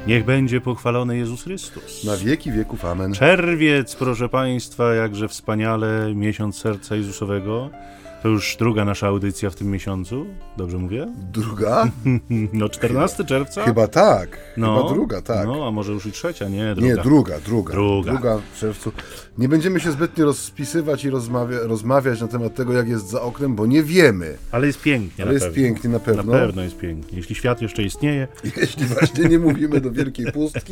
Niech będzie pochwalony Jezus Chrystus. Na wieki wieków, amen. Czerwiec, proszę Państwa, jakże wspaniale, miesiąc Serca Jezusowego. To już druga nasza audycja w tym miesiącu, dobrze mówię? Druga? No 14 czerwca? Chyba tak, chyba druga, tak. No, a może już i trzecia, nie? Druga. Nie, druga w czerwcu. Nie będziemy się zbytnio rozpisywać i rozmawiać na temat tego, jak jest za oknem, bo nie wiemy. Ale jest pięknie, Ale jest pięknie, na pewno. Na pewno jest pięknie. Jeśli świat jeszcze istnieje. Jeśli właśnie nie mówimy do wielkiej pustki,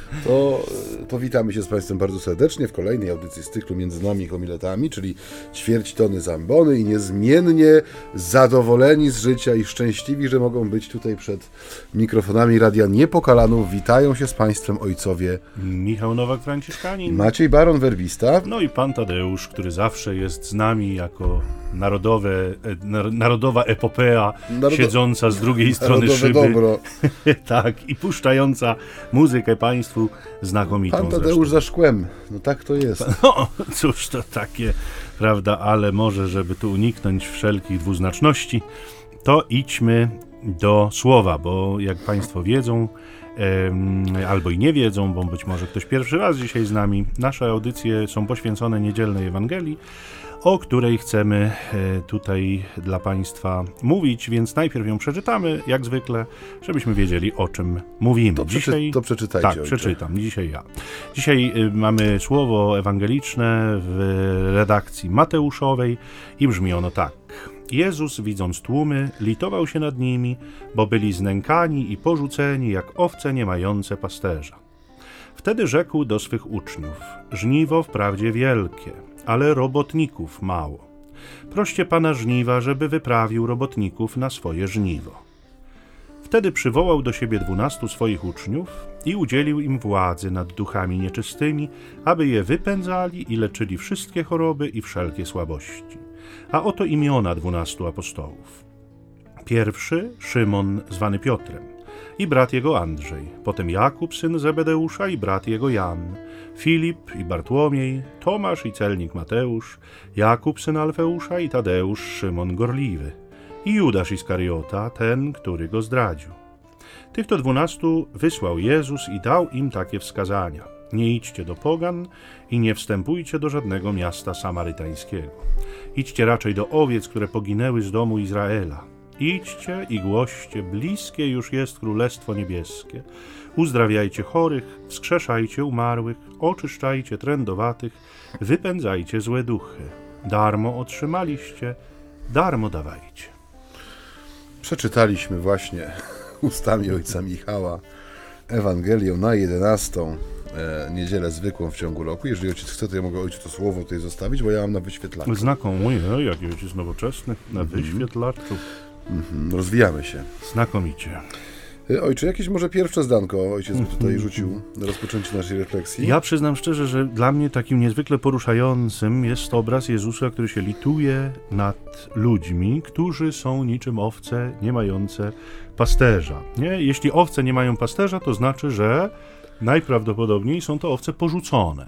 to witamy się z Państwem bardzo serdecznie w kolejnej audycji z cyklu Między nami i homiletami, czyli ćwierć tony zambony i niezmiennie zadowoleni z życia i szczęśliwi, że mogą być tutaj przed mikrofonami Radia Niepokalanów. Witają się z Państwem ojcowie Michał Nowak-Franciszkanin, Maciej Baron-Werbista, no i pan Tadeusz, który zawsze jest z nami jako narodowa epopea, siedząca z drugiej strony szyby. Dobro. Tak, i puszczająca muzykę Państwu znakomitą. Pan Tadeusz za szkłem, no tak to jest. No, cóż to takie, prawda, ale może, żeby tu uniknąć wszelkich dwuznaczności, to idźmy do słowa, bo jak Państwo wiedzą, albo i nie wiedzą, bo być może ktoś pierwszy raz dzisiaj z nami, nasze audycje są poświęcone niedzielnej Ewangelii, o której chcemy tutaj dla Państwa mówić, więc najpierw ją przeczytamy, jak zwykle, żebyśmy wiedzieli, o czym mówimy. To przeczytajcie. Tak, przeczytam. Dzisiaj ja. Dzisiaj mamy słowo ewangeliczne w redakcji mateuszowej i brzmi ono tak. Jezus, widząc tłumy, litował się nad nimi, bo byli znękani i porzuceni, jak owce nie mające pasterza. Wtedy rzekł do swych uczniów: żniwo wprawdzie wielkie, ale robotników mało. Proście Pana żniwa, żeby wyprawił robotników na swoje żniwo. Wtedy przywołał do siebie 12 swoich uczniów i udzielił im władzy nad duchami nieczystymi, aby je wypędzali i leczyli wszystkie choroby i wszelkie słabości. A oto imiona 12 apostołów. Pierwszy Szymon, zwany Piotrem, i brat jego Andrzej, potem Jakub, syn Zebedeusza, i brat jego Jan, Filip i Bartłomiej, Tomasz i celnik Mateusz, Jakub, syn Alfeusza, i Tadeusz, Szymon Gorliwy, i Judasz Iskariota, ten, który go zdradził. Tych to 12 wysłał Jezus i dał im takie wskazania: nie idźcie do pogan i nie wstępujcie do żadnego miasta samarytańskiego. Idźcie raczej do owiec, które poginęły z domu Izraela. Idźcie i głoście, bliskie już jest Królestwo Niebieskie. Uzdrawiajcie chorych, wskrzeszajcie umarłych, oczyszczajcie trędowatych, wypędzajcie złe duchy. Darmo otrzymaliście, darmo dawajcie. Przeczytaliśmy właśnie ustami ojca Michała Ewangelię na 11. Niedzielę zwykłą w ciągu roku. Jeżeli ojciec chce, to ja mogę ojcu to słowo tutaj zostawić, bo ja mam na wyświetlaczu. Znakomicie, jaki ojciec nowoczesny, na wyświetlaczu. Rozwijamy się. Znakomicie. Ojcze, jakieś może pierwsze zdanko ojciec by tutaj rzucił na rozpoczęcie naszej refleksji? Ja przyznam szczerze, że dla mnie takim niezwykle poruszającym jest obraz Jezusa, który się lituje nad ludźmi, którzy są niczym owce nie mające pasterza. Nie? Jeśli owce nie mają pasterza, to znaczy, że najprawdopodobniej są to owce porzucone.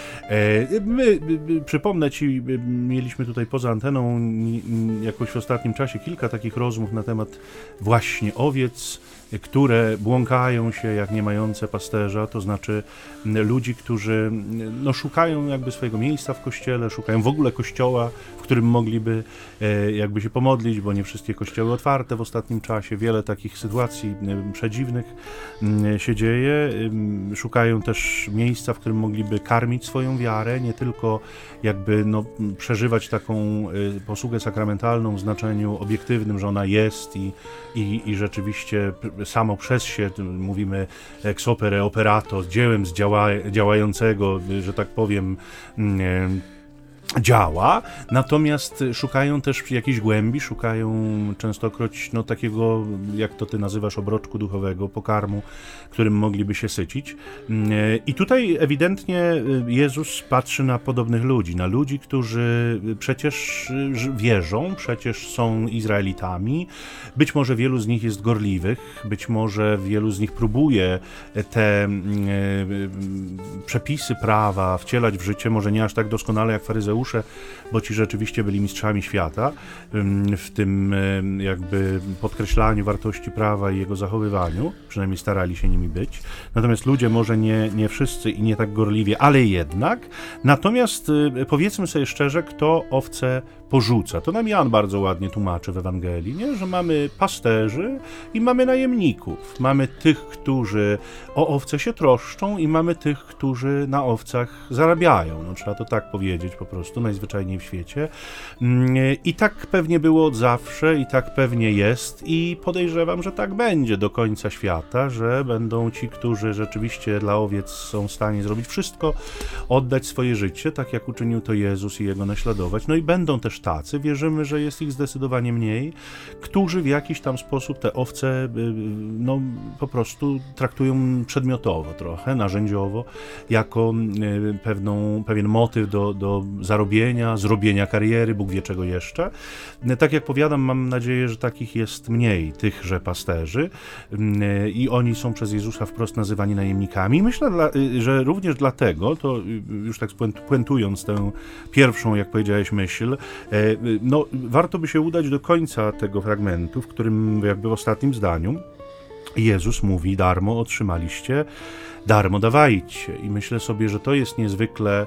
Przypomnę Ci, mieliśmy tutaj poza anteną jakoś w ostatnim czasie kilka takich rozmów na temat właśnie owiec, które błąkają się jak nie mające pasterza, to znaczy ludzi, którzy szukają jakby swojego miejsca w kościele, szukają w ogóle kościoła, w którym mogliby jakby się pomodlić, bo nie wszystkie kościoły otwarte w ostatnim czasie, wiele takich sytuacji przedziwnych się dzieje. Szukają też miejsca, w którym mogliby karmić swoją wiarę, nie tylko jakby przeżywać taką posługę sakramentalną w znaczeniu obiektywnym, że ona jest i rzeczywiście samo przez się, mówimy ex opere operato, dziełem działającego, że tak powiem, działa, natomiast szukają też jakiejś głębi, szukają częstokroć takiego, jak to ty nazywasz, obroczku duchowego, pokarmu, którym mogliby się sycić. I tutaj ewidentnie Jezus patrzy na podobnych ludzi, na ludzi, którzy przecież wierzą, przecież są Izraelitami, być może wielu z nich jest gorliwych, być może wielu z nich próbuje te przepisy prawa wcielać w życie, może nie aż tak doskonale jak faryzeusze, faryzeusze, bo ci rzeczywiście byli mistrzami świata w tym jakby podkreślaniu wartości prawa i jego zachowywaniu, przynajmniej starali się nimi być. Natomiast ludzie może nie wszyscy i nie tak gorliwie, ale jednak. Natomiast powiedzmy sobie szczerze, kto owce porzuca. To nam Jan bardzo ładnie tłumaczy w Ewangelii, nie? Że mamy pasterzy i mamy najemników. Mamy tych, którzy o owce się troszczą i mamy tych, którzy na owcach zarabiają. No, trzeba to tak powiedzieć po prostu, najzwyczajniej w świecie. I tak pewnie było od zawsze i tak pewnie jest i podejrzewam, że tak będzie do końca świata, że będą ci, którzy rzeczywiście dla owiec są w stanie zrobić wszystko, oddać swoje życie, tak jak uczynił to Jezus i Jego naśladować. No i będą też tacy, wierzymy, że jest ich zdecydowanie mniej, którzy w jakiś tam sposób te owce no, po prostu traktują przedmiotowo trochę, narzędziowo, jako pewien motyw do zarobienia, zrobienia kariery, Bóg wie czego jeszcze. Tak jak powiadam, mam nadzieję, że takich jest mniej, tychże pasterzy i oni są przez Jezusa wprost nazywani najemnikami. Myślę, że również dlatego, to już tak puentując tę pierwszą, jak powiedziałeś, myśl, no, warto by się udać do końca tego fragmentu, w którym jakby w ostatnim zdaniu Jezus mówi: darmo otrzymaliście, darmo dawajcie. I myślę sobie, że to jest niezwykle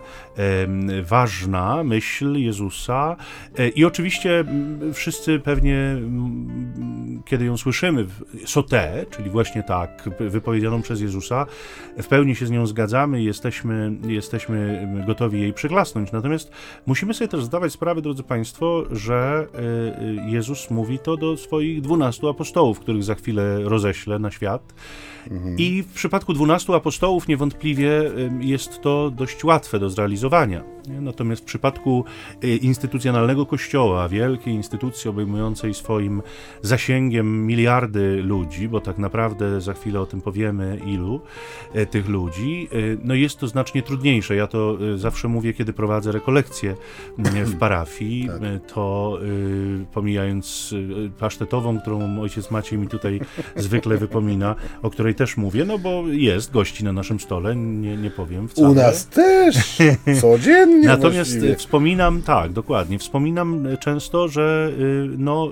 ważna myśl Jezusa i oczywiście wszyscy pewnie, kiedy ją słyszymy, sotę, czyli właśnie tak, wypowiedzianą przez Jezusa, w pełni się z nią zgadzamy i jesteśmy gotowi jej przyklasnąć. Natomiast musimy sobie też zdawać sprawę, drodzy Państwo, że Jezus mówi to do swoich 12 apostołów, których za chwilę roześle na świat. I w przypadku 12 apostołów niewątpliwie jest to dość łatwe do zrealizowania. Natomiast w przypadku instytucjonalnego Kościoła, wielkiej instytucji obejmującej swoim zasięgiem miliardy ludzi, bo tak naprawdę za chwilę o tym powiemy, ilu tych ludzi, no jest to znacznie trudniejsze. Ja to zawsze mówię, kiedy prowadzę rekolekcje w parafii, to pomijając pasztetową, którą ojciec Maciej mi tutaj zwykle wypomina, o której też mówię, no bo jest gości na naszym stole, nie powiem wcale. U nas też, codziennie. Natomiast właściwie. wspominam, tak, dokładnie, wspominam często, że no,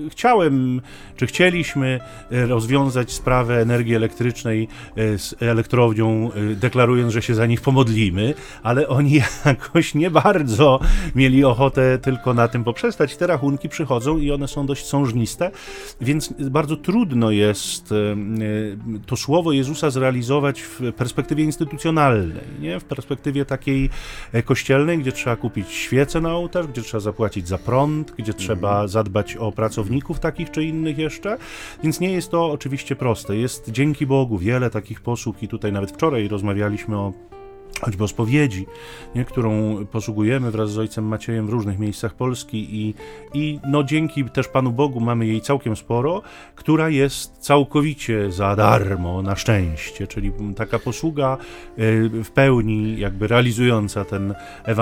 chcieliśmy rozwiązać sprawę energii elektrycznej z elektrownią, deklarując, że się za nich pomodlimy, ale oni jakoś nie bardzo mieli ochotę tylko na tym poprzestać. Te rachunki przychodzą i one są dość sążniste, więc bardzo trudno jest to słowo Jezusa zrealizować w perspektywie instytucjonalnej, nie? W perspektywie takiej kościelnej, gdzie trzeba kupić świece na ołtarz, gdzie trzeba zapłacić za prąd, gdzie trzeba zadbać o pracowników takich czy innych jeszcze, więc nie jest to oczywiście proste. Jest dzięki Bogu wiele takich posług i tutaj nawet wczoraj rozmawialiśmy choćby o spowiedzi, nie, którą posługujemy wraz z ojcem Maciejem w różnych miejscach Polski i no dzięki też Panu Bogu mamy jej całkiem sporo, która jest całkowicie za darmo, na szczęście, czyli taka posługa w pełni jakby realizująca ten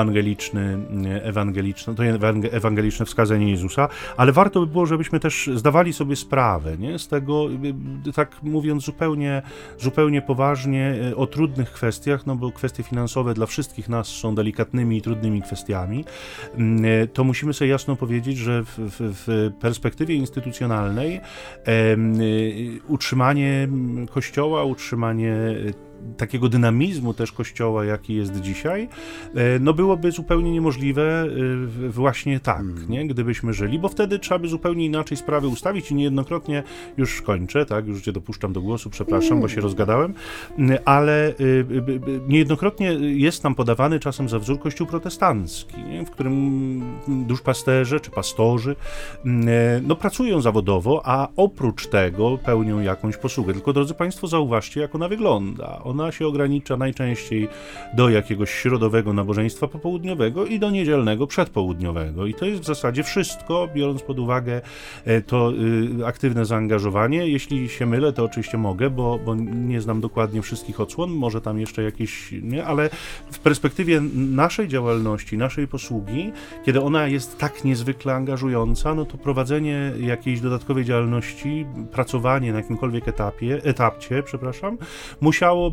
ewangeliczne wskazanie Jezusa, ale warto by było, żebyśmy też zdawali sobie sprawę, nie, z tego, tak mówiąc zupełnie poważnie o trudnych kwestiach, no bo kwestie finansowe dla wszystkich nas są delikatnymi i trudnymi kwestiami, to musimy sobie jasno powiedzieć, że w perspektywie instytucjonalnej utrzymanie Kościoła, utrzymanie takiego dynamizmu też Kościoła, jaki jest dzisiaj, no byłoby zupełnie niemożliwe właśnie tak, nie? Gdybyśmy żyli, bo wtedy trzeba by zupełnie inaczej sprawy ustawić i niejednokrotnie, już kończę, tak, już cię dopuszczam do głosu, przepraszam, bo się rozgadałem, ale niejednokrotnie jest nam podawany czasem za wzór Kościół protestancki, nie? W którym duszpasterze czy pastorzy no pracują zawodowo, a oprócz tego pełnią jakąś posługę. Tylko, drodzy Państwo, zauważcie, jak ona wygląda. Ona się ogranicza najczęściej do jakiegoś środowego nabożeństwa popołudniowego i do niedzielnego przedpołudniowego. I to jest w zasadzie wszystko, biorąc pod uwagę to aktywne zaangażowanie. Jeśli się mylę, to oczywiście mogę, bo nie znam dokładnie wszystkich odsłon, może tam jeszcze jakieś, nie, ale w perspektywie naszej działalności, naszej posługi, kiedy ona jest tak niezwykle angażująca, no to prowadzenie jakiejś dodatkowej działalności, pracowanie na jakimkolwiek etapcie, musiałoby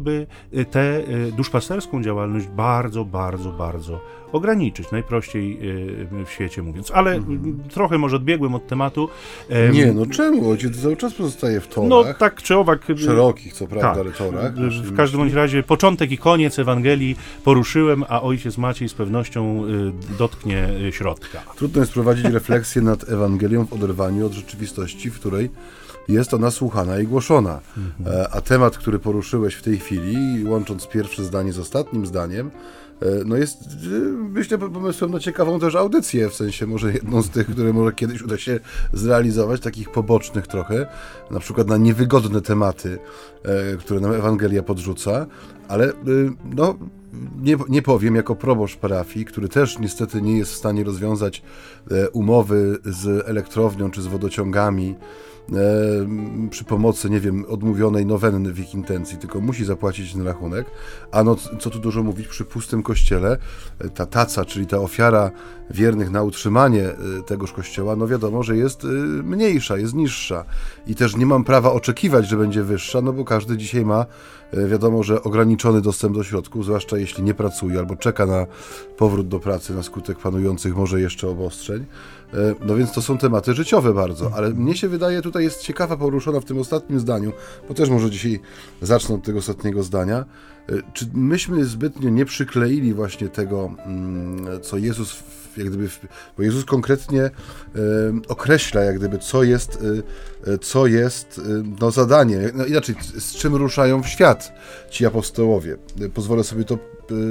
żeby tę duszpasterską działalność bardzo, bardzo, bardzo ograniczyć, najprościej w świecie mówiąc. Ale trochę może odbiegłem od tematu. Nie, no czemu? Ojciec cały czas pozostaje w torach. No tak czy owak. Szerokich, co prawda, tak, ale torach. W każdym bądź razie początek i koniec Ewangelii poruszyłem, a ojciec Maciej z pewnością dotknie środka. Trudno jest prowadzić refleksję nad Ewangelią w oderwaniu od rzeczywistości, w której jest ona słuchana i głoszona. A temat, który poruszyłeś w tej chwili, łącząc pierwsze zdanie z ostatnim zdaniem, no jest, myślę, pomysłem na ciekawą też audycję, w sensie może jedną z tych, które może kiedyś uda się zrealizować, takich pobocznych trochę, na przykład na niewygodne tematy, które nam Ewangelia podrzuca, ale no nie powiem, jako proboszcz parafii, który też niestety nie jest w stanie rozwiązać umowy z elektrownią czy z wodociągami przy pomocy, nie wiem, odmówionej nowenny w ich intencji, tylko musi zapłacić ten rachunek, a no, co tu dużo mówić, przy pustym kościele, ta taca, czyli ta ofiara wiernych na utrzymanie tegoż kościoła, no wiadomo, że jest mniejsza, jest niższa i też nie mam prawa oczekiwać, że będzie wyższa, no bo każdy dzisiaj ma, wiadomo, że ograniczony dostęp do środków, zwłaszcza jeśli nie pracuje albo czeka na powrót do pracy na skutek panujących może jeszcze obostrzeń. No więc to są tematy życiowe bardzo, ale mnie się wydaje, tutaj jest ciekawa poruszona w tym ostatnim zdaniu, bo też może dzisiaj zacznę od tego ostatniego zdania. Czy myśmy zbytnio nie przykleili właśnie tego, co Jezus, jak gdyby, bo Jezus konkretnie określa, jak gdyby, co jest no, zadanie, no, inaczej, z czym ruszają w świat ci apostołowie. Pozwolę sobie to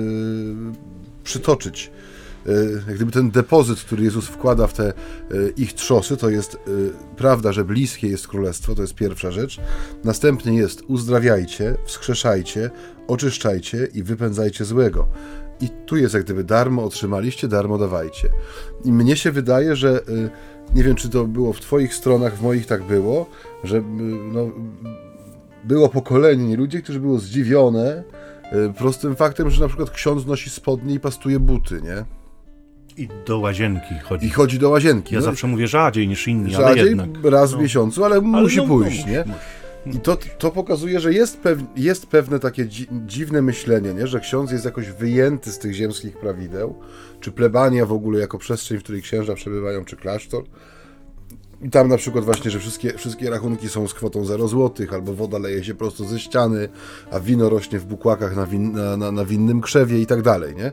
przytoczyć. Jak gdyby ten depozyt, który Jezus wkłada w te ich trzosy, to jest prawda, że bliskie jest królestwo, to jest pierwsza rzecz. Następnie jest uzdrawiajcie, wskrzeszajcie, oczyszczajcie i wypędzajcie złego. I tu jest jak gdyby darmo otrzymaliście, darmo dawajcie. I mnie się wydaje, że nie wiem, czy to było w twoich stronach, w moich tak było, że no, było pokolenie ludzi, którzy było zdziwione prostym faktem, że na przykład ksiądz nosi spodnie i pastuje buty, nie? I do łazienki chodzi. I chodzi do łazienki. Ja zawsze mówię rzadziej niż inni, rzadziej, ale jednak. Raz w miesiącu, ale musi pójść, musi, nie? Musi. I to pokazuje, że jest pewne takie dziwne myślenie, nie? Że ksiądz jest jakoś wyjęty z tych ziemskich prawideł, czy plebania w ogóle jako przestrzeń, w której księża przebywają, czy klasztor. I tam na przykład właśnie, że wszystkie rachunki są z kwotą 0 zł, albo woda leje się prosto ze ściany, a wino rośnie w bukłakach na winnym krzewie i tak dalej, nie?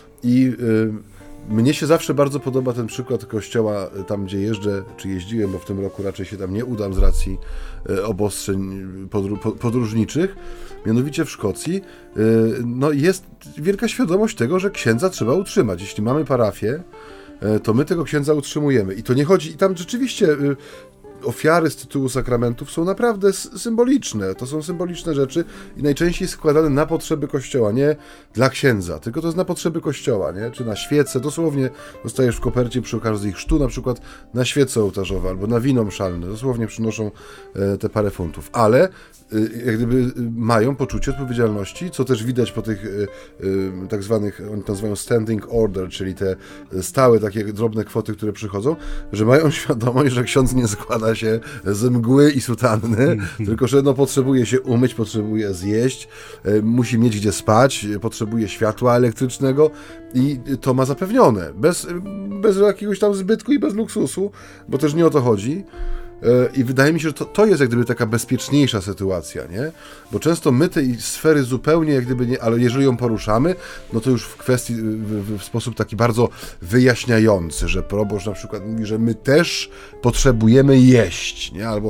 I mnie się zawsze bardzo podoba ten przykład kościoła tam, gdzie jeżdżę, czy jeździłem, bo w tym roku raczej się tam nie udam z racji obostrzeń podróżniczych, mianowicie w Szkocji. No jest wielka świadomość tego, że księdza trzeba utrzymać. Jeśli mamy parafię, to my tego księdza utrzymujemy. I to nie chodzi, i tam rzeczywiście ofiary z tytułu sakramentów są naprawdę symboliczne. To są symboliczne rzeczy i najczęściej składane na potrzeby Kościoła, nie dla księdza, tylko to jest na potrzeby Kościoła, nie? Czy na świece, dosłownie dostajesz w kopercie przy okazji chrztu, na przykład na świece ołtarzowe albo na wino mszalne, dosłownie przynoszą te parę funtów, ale jak gdyby mają poczucie odpowiedzialności, co też widać po tych tak zwanych, oni to nazywają standing order, czyli te stałe takie drobne kwoty, które przychodzą, że mają świadomość, że ksiądz nie składa się z mgły i sutanny, tylko że no, potrzebuje się umyć, potrzebuje zjeść, musi mieć gdzie spać, potrzebuje światła elektrycznego i to ma zapewnione, bez jakiegoś tam zbytku i bez luksusu, bo też nie o to chodzi. I wydaje mi się, że to jest jak gdyby taka bezpieczniejsza sytuacja, nie? Bo często my tej sfery zupełnie jak gdyby nie, ale jeżeli ją poruszamy, no to już w kwestii, w sposób taki bardzo wyjaśniający, że proboszcz na przykład mówi, że my też potrzebujemy jeść, nie? Albo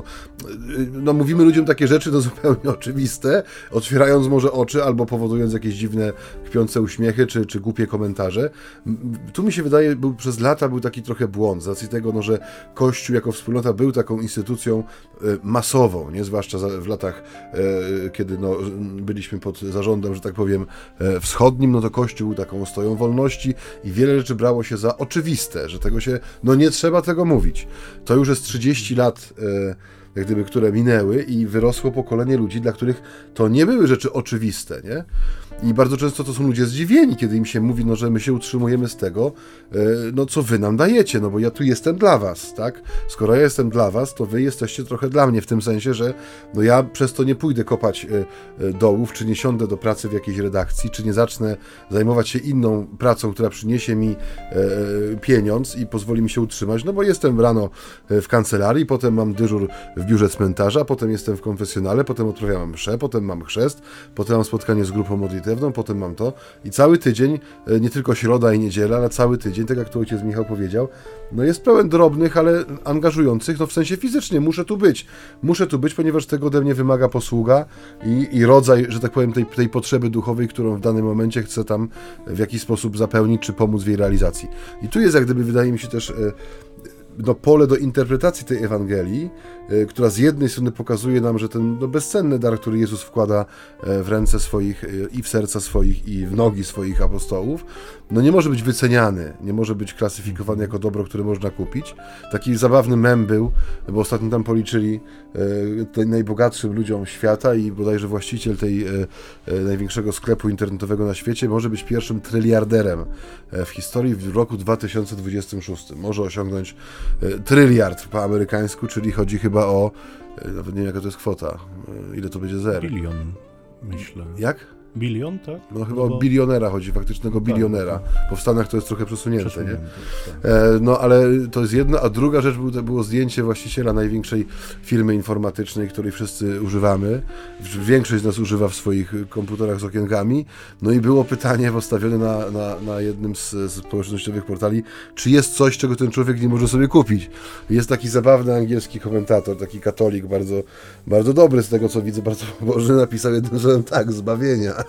no mówimy ludziom takie rzeczy no zupełnie oczywiste, otwierając może oczy, albo powodując jakieś dziwne, kpiące uśmiechy, czy głupie komentarze. Tu mi się wydaje, przez lata był taki trochę błąd, z racji tego, no, że Kościół jako wspólnota był taką instytucją masową, nie? Zwłaszcza w latach, kiedy no, byliśmy pod zarządem, że tak powiem, wschodnim, no to Kościół był taką ostoją wolności i wiele rzeczy brało się za oczywiste, że tego się, no nie trzeba tego mówić. To już jest 30 lat, jak gdyby, które minęły i wyrosło pokolenie ludzi, dla których to nie były rzeczy oczywiste, nie? I bardzo często to są ludzie zdziwieni, kiedy im się mówi, no, że my się utrzymujemy z tego, no, co wy nam dajecie, no bo ja tu jestem dla was, tak? Skoro ja jestem dla was, to wy jesteście trochę dla mnie, w tym sensie, że no, ja przez to nie pójdę kopać dołów, czy nie siądę do pracy w jakiejś redakcji, czy nie zacznę zajmować się inną pracą, która przyniesie mi pieniądz i pozwoli mi się utrzymać, no bo jestem rano w kancelarii, potem mam dyżur w biurze cmentarza, potem jestem w konfesjonale, potem odprawiam mszę, potem mam chrzest, potem mam spotkanie z grupą modlitewną, potem mam to i cały tydzień, nie tylko środa i niedziela, ale cały tydzień, tak jak tu ojciec Michał powiedział, no jest pełen drobnych, ale angażujących, no w sensie fizycznie, muszę tu być, ponieważ tego ode mnie wymaga posługa i rodzaj, że tak powiem, tej potrzeby duchowej, którą w danym momencie chcę tam w jakiś sposób zapełnić, czy pomóc w jej realizacji. I tu jest jak gdyby, wydaje mi się też, no, pole do interpretacji tej Ewangelii, która z jednej strony pokazuje nam, że ten bezcenny dar, który Jezus wkłada w ręce swoich i w serca swoich i w nogi swoich apostołów, no nie może być wyceniany, nie może być klasyfikowany jako dobro, które można kupić. Taki zabawny mem był, bo ostatnio tam policzyli najbogatszym ludziom świata i bodajże właściciel tej największego sklepu internetowego na świecie może być pierwszym tryliarderem w historii w roku 2026. Może osiągnąć tryliard po amerykańsku, czyli chodzi chyba o, nawet nie wiem jaka to jest kwota, ile to będzie zer. Bilion, myślę. Jak? Bilion, tak? No chyba o bilionera chodzi, faktycznego bilionera. Bo w Stanach to jest trochę przesunięte, nie? Tak. No ale to jest jedna, a druga rzecz było zdjęcie właściciela największej firmy informatycznej, której wszyscy używamy. Większość z nas używa w swoich komputerach z okienkami. No i było pytanie postawione na jednym z społecznościowych portali, czy jest coś, czego ten człowiek nie może sobie kupić. Jest taki zabawny angielski komentator, taki katolik, bardzo, bardzo dobry z tego, co widzę, bardzo pobożny, napisał jednym słowem tak, zbawienia.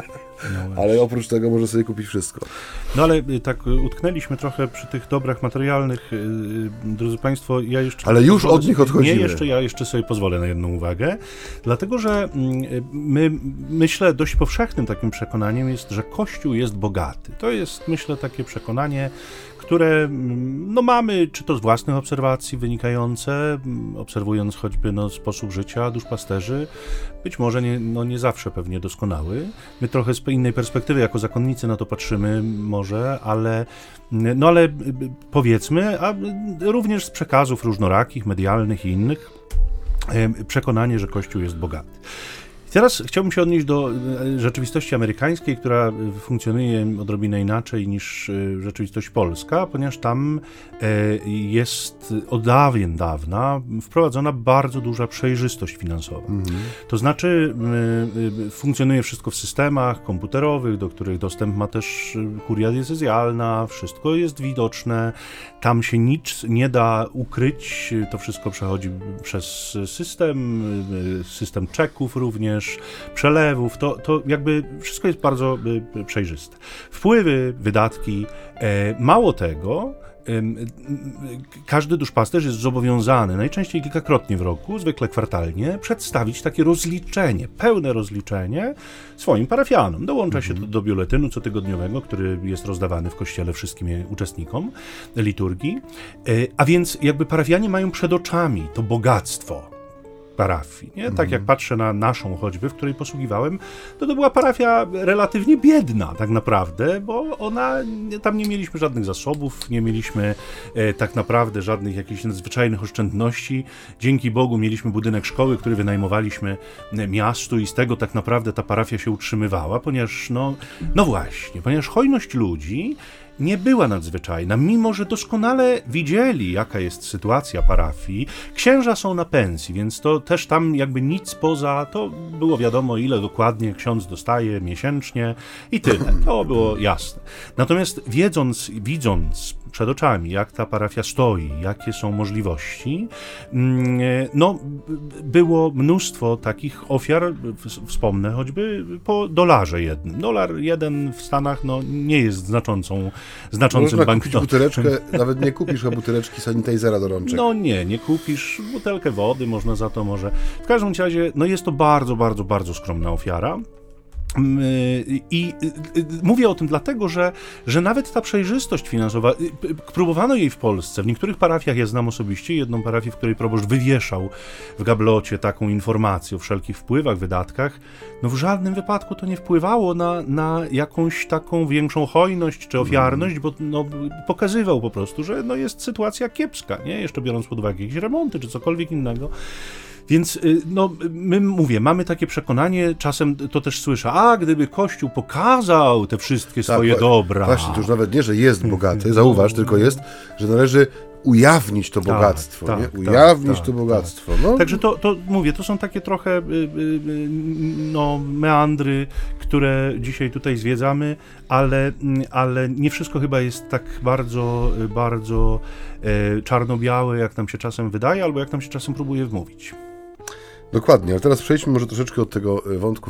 No, ale oprócz tego może sobie kupić wszystko. No ale tak utknęliśmy trochę przy tych dobrach materialnych, drodzy Państwo, ja jeszcze... Ale już od nich odchodzimy. Ja jeszcze sobie pozwolę na jedną uwagę, dlatego, że myślę, dość powszechnym takim przekonaniem jest, że Kościół jest bogaty. To jest, myślę, takie przekonanie, które no, mamy, czy to z własnych obserwacji wynikające, obserwując choćby sposób życia duszpasterzy, być może nie zawsze pewnie doskonały. My trochę z innej perspektywy, jako zakonnicy na to patrzymy może, ale powiedzmy, a również z przekazów różnorakich, medialnych i innych, przekonanie, że Kościół jest bogaty. Teraz chciałbym się odnieść do rzeczywistości amerykańskiej, która funkcjonuje odrobinę inaczej niż rzeczywistość polska, ponieważ tam jest od dawna wprowadzona bardzo duża przejrzystość finansowa. To znaczy funkcjonuje wszystko w systemach komputerowych, do których dostęp ma też kuria diecezjalna, wszystko jest widoczne, tam się nic nie da ukryć, to wszystko przechodzi przez system czeków również, przelewów, to jakby wszystko jest bardzo przejrzyste. Wpływy, wydatki, mało tego, każdy duszpasterz jest zobowiązany najczęściej kilkakrotnie w roku, zwykle kwartalnie, przedstawić takie rozliczenie, pełne rozliczenie swoim parafianom. Dołącza się to do biuletynu cotygodniowego, który jest rozdawany w kościele wszystkim uczestnikom liturgii, a więc jakby parafianie mają przed oczami to bogactwo parafii, nie? Tak jak patrzę na naszą choćby, w której posługiwałem, to była parafia relatywnie biedna tak naprawdę, bo tam nie mieliśmy żadnych zasobów, nie mieliśmy tak naprawdę żadnych jakichś nadzwyczajnych oszczędności. Dzięki Bogu mieliśmy budynek szkoły, który wynajmowaliśmy miastu i z tego tak naprawdę ta parafia się utrzymywała, ponieważ ponieważ hojność ludzi nie była nadzwyczajna, mimo że doskonale widzieli, jaka jest sytuacja parafii. Księża są na pensji, więc to też tam jakby nic poza, to było wiadomo, ile dokładnie ksiądz dostaje miesięcznie i tyle. To było jasne. Natomiast widząc przed oczami, jak ta parafia stoi, jakie są możliwości, było mnóstwo takich ofiar, wspomnę choćby po dolarze jednym. Dolar jeden w Stanach nie jest znaczącym banknotem. Buteleczkę, nawet nie kupisz buteleczki sanitizera do rączek. Nie kupisz, butelkę wody można za to może. W każdym razie, jest to bardzo, bardzo, bardzo skromna ofiara. I mówię o tym dlatego, że nawet ta przejrzystość finansowa, próbowano jej w Polsce. W niektórych parafiach, ja znam osobiście jedną parafię, w której proboszcz wywieszał w gablocie taką informację o wszelkich wpływach, wydatkach. No w żadnym wypadku to nie wpływało na jakąś taką większą hojność czy ofiarność, bo pokazywał po prostu, że jest sytuacja kiepska, nie? Jeszcze biorąc pod uwagę jakieś remonty czy cokolwiek innego. Więc my, mamy takie przekonanie, czasem to też słyszę, gdyby Kościół pokazał te wszystkie swoje dobra. Właśnie, to już nawet nie, że jest bogaty, zauważ, tylko jest, że należy ujawnić to bogactwo, nie? Ujawnić to bogactwo. No. Także to mówię, to są takie trochę meandry, które dzisiaj tutaj zwiedzamy, ale nie wszystko chyba jest tak bardzo, bardzo czarno-białe, jak nam się czasem wydaje, albo jak nam się czasem próbuje wmówić. Dokładnie, ale teraz przejdźmy może troszeczkę od tego wątku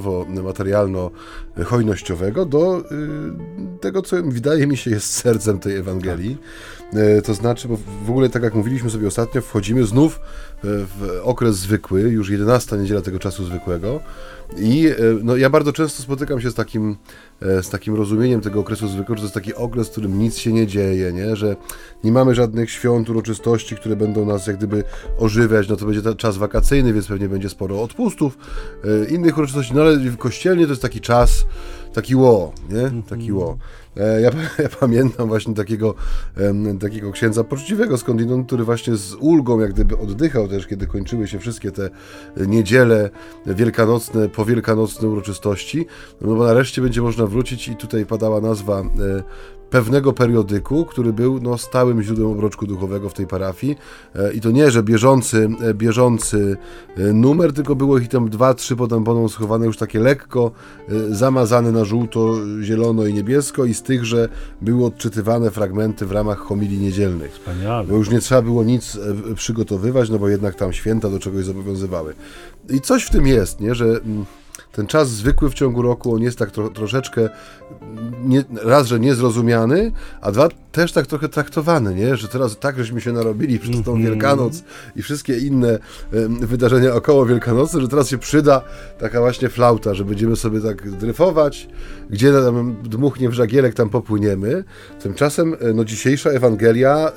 finansowo-materialno-hojnościowego do tego, co wydaje mi się jest sercem tej Ewangelii. To znaczy, bo w ogóle, tak jak mówiliśmy sobie ostatnio, wchodzimy znów w okres zwykły, już 11 niedziela tego czasu zwykłego i ja bardzo często spotykam się z takim rozumieniem tego okresu zwykłego, że to jest taki okres, w którym nic się nie dzieje, nie? Że nie mamy żadnych świąt, uroczystości, które będą nas jak gdyby ożywiać, to będzie czas wakacyjny, więc pewnie będzie sporo odpustów, innych uroczystości, ale kościelnie to jest taki czas, taki nie? Taki Ja pamiętam właśnie takiego księdza poczciwego skądinąd, który właśnie z ulgą jak gdyby oddychał też, kiedy kończyły się wszystkie te niedziele wielkanocne, powielkanocne uroczystości, bo nareszcie będzie można wrócić i tutaj padała nazwa pewnego periodyku, który był stałym źródłem obroczku duchowego w tej parafii i to nie, że bieżący numer, tylko było ich tam 2-3 potem schowane już takie lekko zamazane na żółto, zielono i niebiesko i z tych, że były odczytywane fragmenty w ramach homilii niedzielnych. Wspaniale. Bo już nie trzeba było nic przygotowywać, bo jednak tam święta do czegoś zobowiązywały. I coś w tym jest, nie, że ten czas zwykły w ciągu roku, on jest tak troszeczkę, raz, że niezrozumiany, a dwa, też tak trochę traktowany, nie? Że teraz tak, żeśmy się narobili przez tą Wielkanoc i wszystkie inne wydarzenia około Wielkanocy, że teraz się przyda taka właśnie flauta, że będziemy sobie tak dryfować, gdzie tam dmuchnie w żagielek, tam popłyniemy. Tymczasem dzisiejsza Ewangelia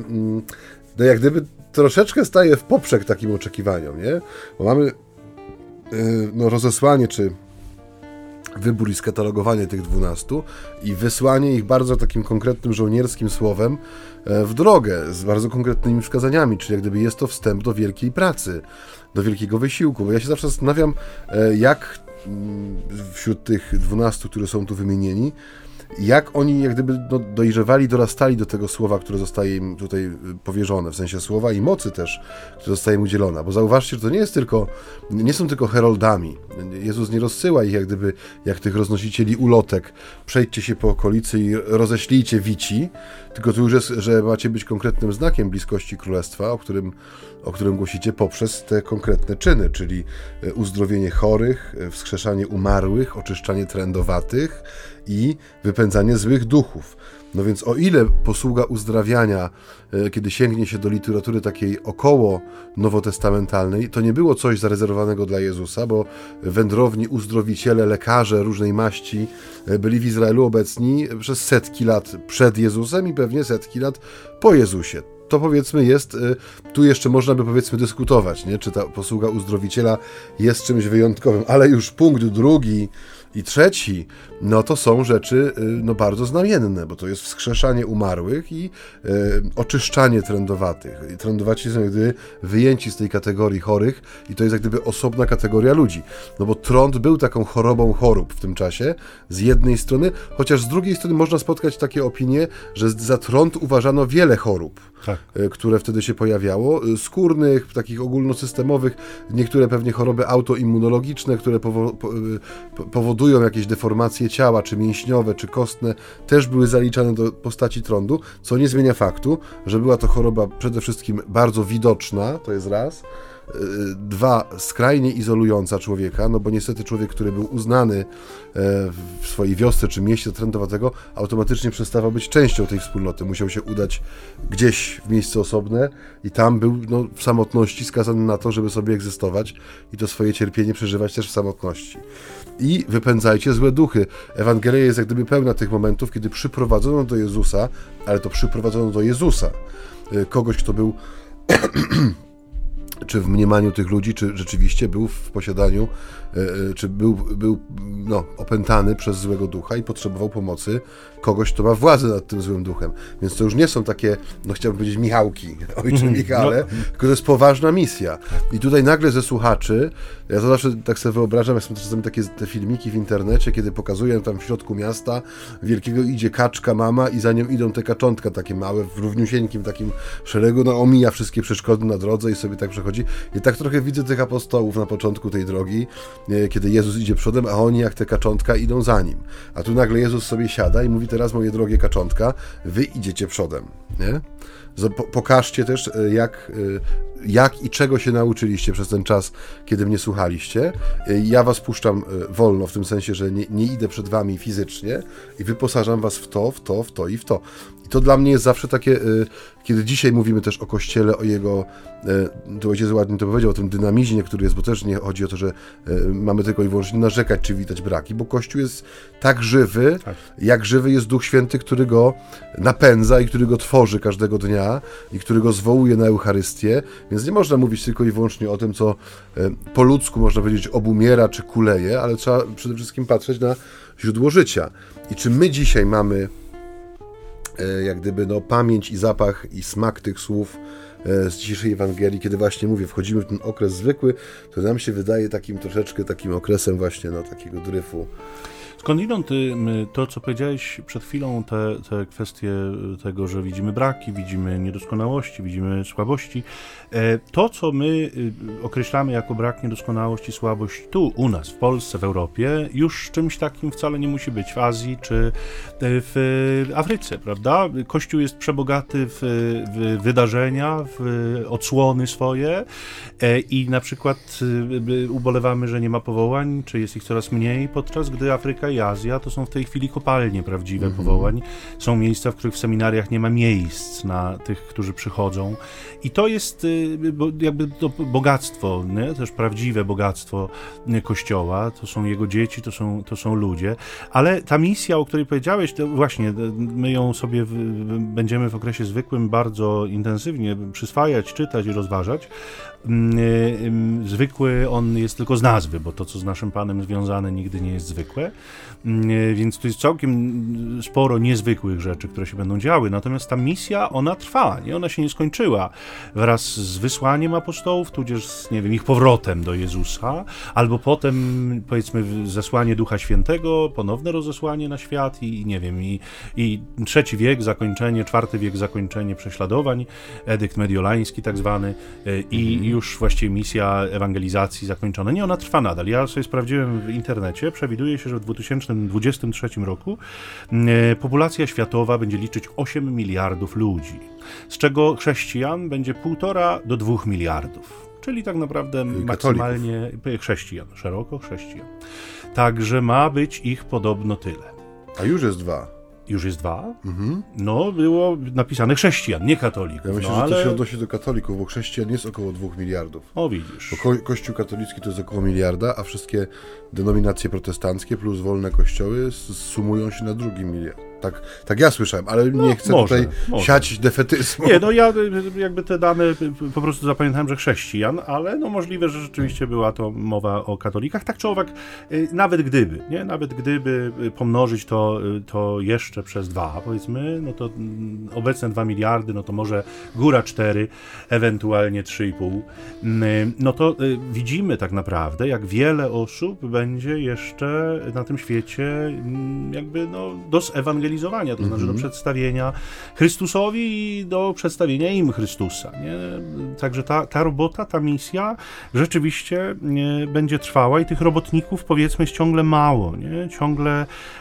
jak gdyby troszeczkę staje w poprzek takim oczekiwaniom, nie? Bo mamy rozesłanie czy wybór i skatalogowanie tych 12 i wysłanie ich bardzo takim konkretnym żołnierskim słowem w drogę, z bardzo konkretnymi wskazaniami, czyli jak gdyby jest to wstęp do wielkiej pracy, do wielkiego wysiłku, bo ja się zawsze zastanawiam, jak wśród tych 12, które są tu wymienieni, jak oni jak gdyby dojrzewali, dorastali do tego słowa, które zostaje im tutaj powierzone, w sensie słowa i mocy też, które zostaje im udzielona, bo zauważcie, że to nie są tylko heroldami. Jezus nie rozsyła ich jak gdyby, jak tych roznosicieli ulotek, przejdźcie się po okolicy i roześlijcie wici, tylko tu już jest, że macie być konkretnym znakiem bliskości Królestwa, o którym głosicie poprzez te konkretne czyny, czyli uzdrowienie chorych, wskrzeszanie umarłych, oczyszczanie trędowatych i wypędzanie złych duchów. No więc o ile posługa uzdrawiania, kiedy sięgnie się do literatury takiej około nowotestamentalnej, to nie było coś zarezerwowanego dla Jezusa, bo wędrowni uzdrowiciele, lekarze różnej maści byli w Izraelu obecni przez setki lat przed Jezusem i pewnie setki lat po Jezusie. To powiedzmy jest, tu jeszcze można by powiedzmy dyskutować, nie? Czy ta posługa uzdrowiciela jest czymś wyjątkowym, ale już punkt drugi i trzeci, to są rzeczy bardzo znamienne, bo to jest wskrzeszanie umarłych i oczyszczanie trędowatych. I trędowaci są jak gdyby wyjęci z tej kategorii chorych i to jest jak gdyby osobna kategoria ludzi. Bo trąd był taką chorobą chorób w tym czasie, z jednej strony, chociaż z drugiej strony można spotkać takie opinie, że za trąd uważano wiele chorób, które wtedy się pojawiało, skórnych, takich ogólnosystemowych, niektóre pewnie choroby autoimmunologiczne, które powodują jakieś deformacje ciała, czy mięśniowe, czy kostne, też były zaliczane do postaci trądu, co nie zmienia faktu, że była to choroba przede wszystkim bardzo widoczna, to jest raz, dwa, skrajnie izolująca człowieka, no bo niestety człowiek, który był uznany w swojej wiosce czy mieście trendowatego, automatycznie przestawał być częścią tej wspólnoty. Musiał się udać gdzieś w miejsce osobne i tam był w samotności skazany na to, żeby sobie egzystować i to swoje cierpienie przeżywać też w samotności. I wypędzajcie złe duchy. Ewangelia jest jak gdyby pełna tych momentów, kiedy przyprowadzono do Jezusa, ale to przyprowadzono do Jezusa kogoś, kto był czy w mniemaniu tych ludzi, czy rzeczywiście był w posiadaniu, czy był opętany przez złego ducha i potrzebował pomocy kogoś, kto ma władzę nad tym złym duchem. Więc to już nie są takie, chciałbym powiedzieć Michałki, ojcze Michale, tylko to jest poważna misja. I tutaj nagle ze słuchaczy, ja to zawsze tak sobie wyobrażam, jak są czasami takie te filmiki w internecie, kiedy pokazują tam w środku miasta wielkiego idzie kaczka mama i za nią idą te kaczątka takie małe, w równiusieńkim takim szeregu, omija wszystkie przeszkody na drodze i sobie tak przechodzi. I tak trochę widzę tych apostołów na początku tej drogi, kiedy Jezus idzie przodem, a oni jak te kaczątka idą za nim. A tu nagle Jezus sobie siada i mówi: teraz, moje drogie kaczątka, wy idziecie przodem. Nie? Pokażcie też, jak i czego się nauczyliście przez ten czas, kiedy mnie słuchaliście. Ja was puszczam wolno, w tym sensie, że nie idę przed wami fizycznie i wyposażam was w to i w to. I to dla mnie jest zawsze takie, kiedy dzisiaj mówimy też o Kościele, o jego, to ojciec ładnie to powiedział, o tym dynamizmie, który jest, bo też nie chodzi o to, że mamy tylko i wyłącznie narzekać, czy widać braki, bo Kościół jest tak żywy, jak żywy jest Duch Święty, który go napędza i który go tworzy każdego dnia i który go zwołuje na Eucharystię, więc nie można mówić tylko i wyłącznie o tym, co po ludzku można powiedzieć obumiera czy kuleje, ale trzeba przede wszystkim patrzeć na źródło życia. I czy my dzisiaj mamy jak gdyby pamięć i zapach i smak tych słów z dzisiejszej Ewangelii, kiedy właśnie mówię, wchodzimy w ten okres zwykły, to nam się wydaje takim okresem właśnie takiego dryfu. Skądinąd to, co powiedziałeś przed chwilą, te kwestie tego, że widzimy braki, widzimy niedoskonałości, widzimy słabości, to, co my określamy jako brak, niedoskonałość i słabość tu, u nas, w Polsce, w Europie, już czymś takim wcale nie musi być w Azji czy w Afryce, prawda? Kościół jest przebogaty w wydarzenia, w odsłony swoje i na przykład ubolewamy, że nie ma powołań, czy jest ich coraz mniej, podczas gdy Afryka i Azja to są w tej chwili kopalnie prawdziwe powołań. Są miejsca, w których w seminariach nie ma miejsc na tych, którzy przychodzą. I to jest jakby to bogactwo, nie? Też prawdziwe bogactwo Kościoła. To są jego dzieci, to są ludzie. Ale ta misja, o której powiedziałeś, to właśnie my ją sobie będziemy w okresie zwykłym bardzo intensywnie przyswajać, czytać i rozważać. Zwykły on jest tylko z nazwy, bo to, co z naszym Panem związane, nigdy nie jest zwykłe, więc tu jest całkiem sporo niezwykłych rzeczy, które się będą działy, natomiast ta misja, ona trwa, nie? Ona się nie skończyła wraz z wysłaniem apostołów, tudzież z, ich powrotem do Jezusa, albo potem, powiedzmy, zesłanie Ducha Świętego, ponowne rozesłanie na świat i III wiek, zakończenie, IV wiek, zakończenie prześladowań, edykt mediolański tak zwany i już właściwie misja ewangelizacji zakończona. Nie, ona trwa nadal. Ja sobie sprawdziłem w internecie, przewiduje się, że w 2023 roku populacja światowa będzie liczyć 8 miliardów ludzi, z czego chrześcijan będzie 1,5 do 2 miliardów. Czyli tak naprawdę maksymalnie chrześcijan, szeroko chrześcijan. Także ma być ich podobno tyle. A już jest 2. Już jest 2? No, było napisane chrześcijan, nie katolików. Ja myślę, że to się odnosi do katolików, bo chrześcijan jest około 2 miliardów. O, widzisz. Bo Kościół katolicki to jest około 1 miliarda, a wszystkie denominacje protestanckie plus wolne kościoły sumują się na 2 miliard. Tak ja słyszałem, ale nie chcę tutaj siać defetyzmu. Nie, ja jakby te dane po prostu zapamiętałem, że chrześcijan, ale możliwe, że rzeczywiście była to mowa o katolikach. Tak czy owak, nawet gdyby pomnożyć to jeszcze przez 2, powiedzmy, to obecne 2 miliardy, to może góra 4, ewentualnie 3,5. To widzimy tak naprawdę, jak wiele osób będzie jeszcze na tym świecie jakby do zewangelizowania, to znaczy do przedstawienia Chrystusowi i do przedstawienia im Chrystusa. Nie? Także ta robota, ta misja rzeczywiście będzie trwała i tych robotników, powiedzmy, jest ciągle mało. Nie? Ciągle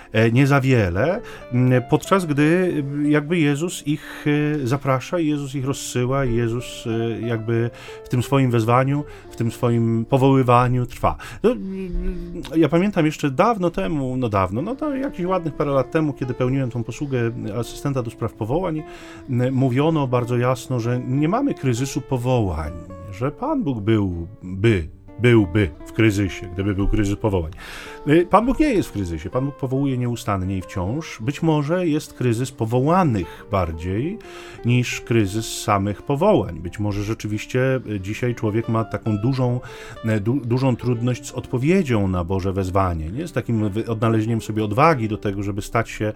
nie za wiele, podczas gdy jakby Jezus ich zaprasza, Jezus ich rozsyła, Jezus jakby w tym swoim wezwaniu, w tym swoim powoływaniu trwa. No, ja pamiętam jeszcze dawno temu, to jakichś ładnych parę lat temu, kiedy pełniłem tą posługę asystenta do spraw powołań, mówiono bardzo jasno, że nie mamy kryzysu powołań, że Pan Bóg byłby w kryzysie, gdyby był kryzys powołań. Pan Bóg nie jest w kryzysie, Pan Bóg powołuje nieustannie i wciąż. Być może jest kryzys powołanych bardziej niż kryzys samych powołań. Być może rzeczywiście dzisiaj człowiek ma taką dużą trudność z odpowiedzią na Boże wezwanie, nie? Z takim odnalezieniem sobie odwagi do tego, żeby stać się,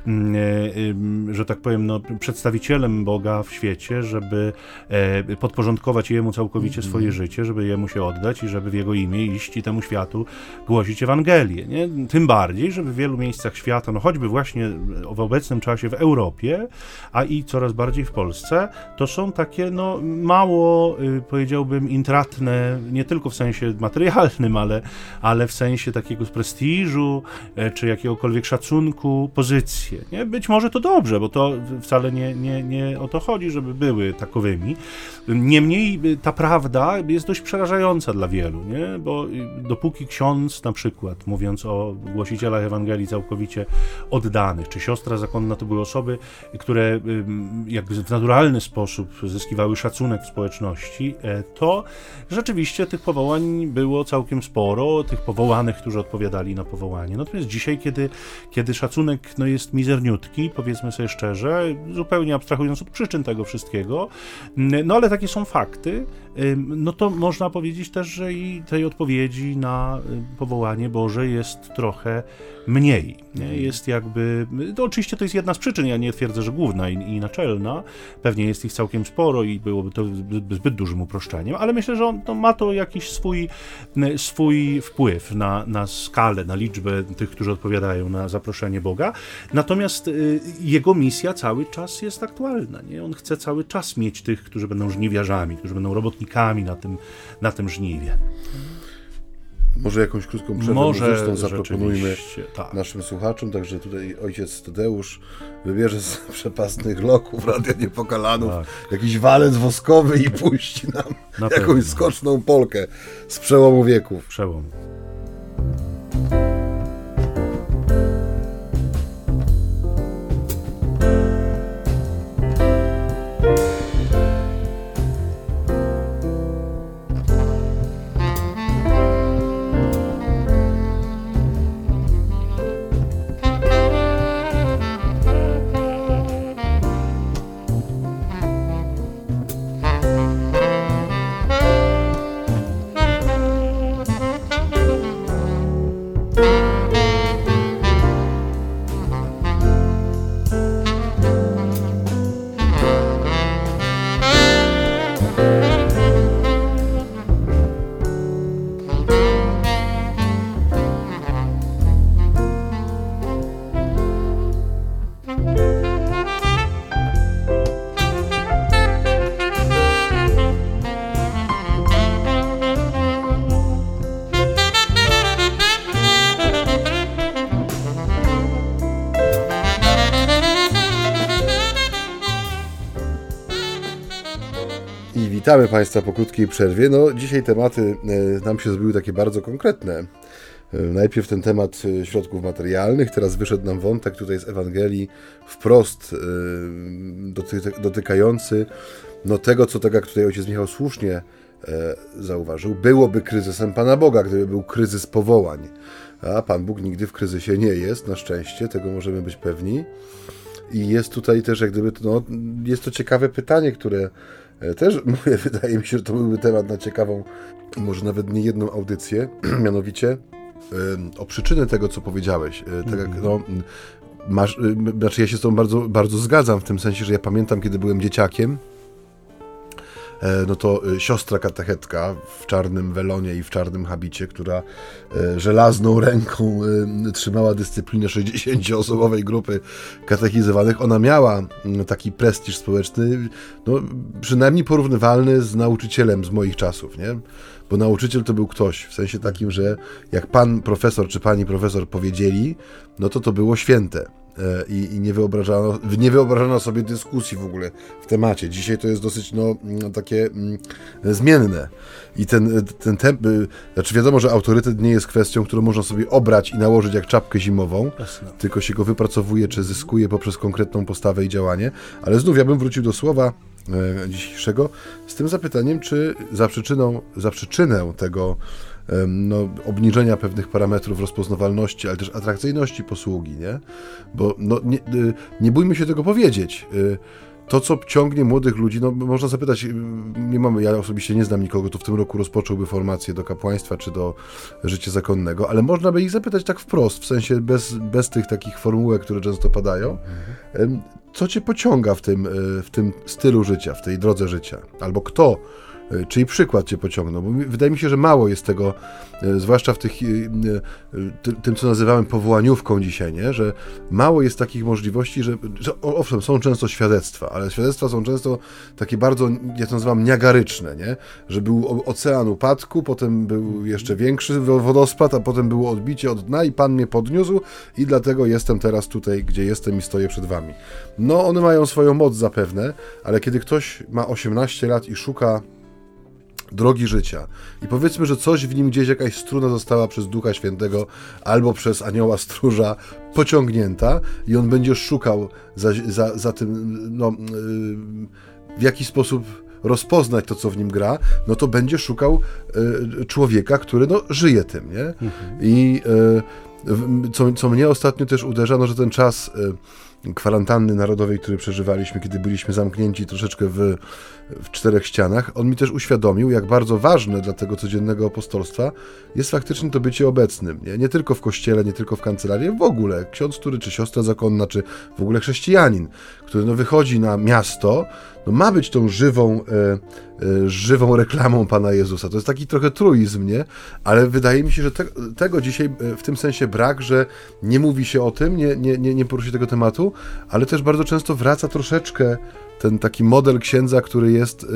że tak powiem, przedstawicielem Boga w świecie, żeby podporządkować Jemu całkowicie swoje życie, żeby Jemu się oddać i żeby w Jego imię iść i temu światu głosić Ewangelię. Nie? Tym bardziej, że w wielu miejscach świata, choćby właśnie w obecnym czasie w Europie, a i coraz bardziej w Polsce, to są takie mało, powiedziałbym, intratne, nie tylko w sensie materialnym, ale w sensie takiego prestiżu, czy jakiegokolwiek szacunku, pozycje. Nie? Być może to dobrze, bo to wcale nie o to chodzi, żeby były takowymi. Niemniej ta prawda jest dość przerażająca dla wielu, nie? Bo dopóki ksiądz na przykład, mówiąc o głosicielach Ewangelii całkowicie oddanych, czy siostra zakonna, to były osoby, które jakby w naturalny sposób zyskiwały szacunek w społeczności, to rzeczywiście tych powołań było całkiem sporo, tych powołanych, którzy odpowiadali na powołanie. Natomiast dzisiaj, kiedy szacunek jest mizerniutki, powiedzmy sobie szczerze, zupełnie abstrahując od przyczyn tego wszystkiego, ale takie są fakty, to można powiedzieć też, że i tej odpowiedzi na powołanie Boże jest trochę mniej. Nie? Jest jakby, oczywiście to jest jedna z przyczyn, ja nie twierdzę, że główna i naczelna, pewnie jest ich całkiem sporo i byłoby to zbyt dużym uproszczeniem, ale myślę, że ma to jakiś swój wpływ na skalę, na liczbę tych, którzy odpowiadają na zaproszenie Boga, natomiast jego misja cały czas jest aktualna. Nie? On chce cały czas mieć tych, którzy będą żniwiarzami, którzy będą robotnikami na tym żniwie. Może jakąś krótką przerwę muzyczną zaproponujmy naszym słuchaczom, także tutaj ojciec Tadeusz wybierze z przepastnych loków Radia Niepokalanów jakiś walec woskowy i puści nam jakąś skoczną polkę z przełomu wieków. Witamy Państwa po krótkiej przerwie. Dzisiaj tematy nam się zrobiły takie bardzo konkretne. Najpierw ten temat środków materialnych, teraz wyszedł nam wątek tutaj z Ewangelii wprost dotykający tego, co tak jak tutaj ojciec Michał słusznie zauważył, byłoby kryzysem Pana Boga, gdyby był kryzys powołań. A Pan Bóg nigdy w kryzysie nie jest, na szczęście, tego możemy być pewni. I jest tutaj też jak gdyby, jest to ciekawe pytanie, które też wydaje mi się, że to byłby temat na ciekawą, może nawet nie jedną audycję, mianowicie o przyczyny tego, co powiedziałeś. Tak jak, ja się z tobą bardzo, bardzo zgadzam w tym sensie, że ja pamiętam, kiedy byłem dzieciakiem, no to siostra katechetka w czarnym welonie i w czarnym habicie, która żelazną ręką trzymała dyscyplinę 60-osobowej grupy katechizowanych. Ona miała taki prestiż społeczny, no, przynajmniej porównywalny z nauczycielem z moich czasów, nie? Bo nauczyciel to był ktoś, w sensie takim, że jak pan profesor czy pani profesor powiedzieli, no to było święte. I nie wyobrażano sobie dyskusji w ogóle w temacie. Dzisiaj to jest dosyć takie zmienne. I znaczy wiadomo, że autorytet nie jest kwestią, którą można sobie obrać i nałożyć jak czapkę zimową, tylko się go wypracowuje czy zyskuje poprzez konkretną postawę i działanie. Ale znów ja bym wrócił do słowa dzisiejszego z tym zapytaniem, czy za przyczynę tego obniżenia pewnych parametrów rozpoznawalności, ale też atrakcyjności posługi, nie? Bo nie bójmy się tego powiedzieć. To, co ciągnie młodych ludzi, można zapytać, ja osobiście nie znam nikogo, kto w tym roku rozpocząłby formację do kapłaństwa czy do życia zakonnego, ale można by ich zapytać tak wprost, w sensie bez tych takich formułek, które często padają. Co cię pociąga w tym stylu życia, w tej drodze życia? Albo kto, czyj przykład cię pociągnął? Bo wydaje mi się, że mało jest tego, zwłaszcza w tym, co nazywamy powołaniówką dzisiaj, nie? Że mało jest takich możliwości, że owszem, są często świadectwa, ale świadectwa są często takie bardzo, ja to nazywam niagaryczne, nie? Że był ocean upadku, potem był jeszcze większy wodospad, a potem było odbicie od dna i Pan mnie podniósł i dlatego jestem teraz tutaj, gdzie jestem i stoję przed wami. No, one mają swoją moc zapewne, ale kiedy ktoś ma 18 lat i szuka drogi życia i powiedzmy, że coś w nim gdzieś, jakaś struna została przez Ducha Świętego albo przez anioła stróża pociągnięta i on będzie szukał za tym, w jaki sposób rozpoznać to, co w nim gra, no to będzie szukał człowieka, który żyje tym, nie? I co mnie ostatnio też uderza, że ten czas kwarantanny narodowej, który przeżywaliśmy, kiedy byliśmy zamknięci troszeczkę w 4 ścianach, on mi też uświadomił, jak bardzo ważne dla tego codziennego apostolstwa jest faktycznie to bycie obecnym. Nie tylko w kościele, nie tylko w kancelarii, w ogóle ksiądz, czy siostra zakonna, czy w ogóle chrześcijanin, który wychodzi na miasto, ma być tą żywą reklamą Pana Jezusa. To jest taki trochę truizm, nie? Ale wydaje mi się, że tego dzisiaj w tym sensie brak, że nie mówi się o tym, nie poruszy tego tematu, ale też bardzo często wraca troszeczkę ten taki model księdza, który jest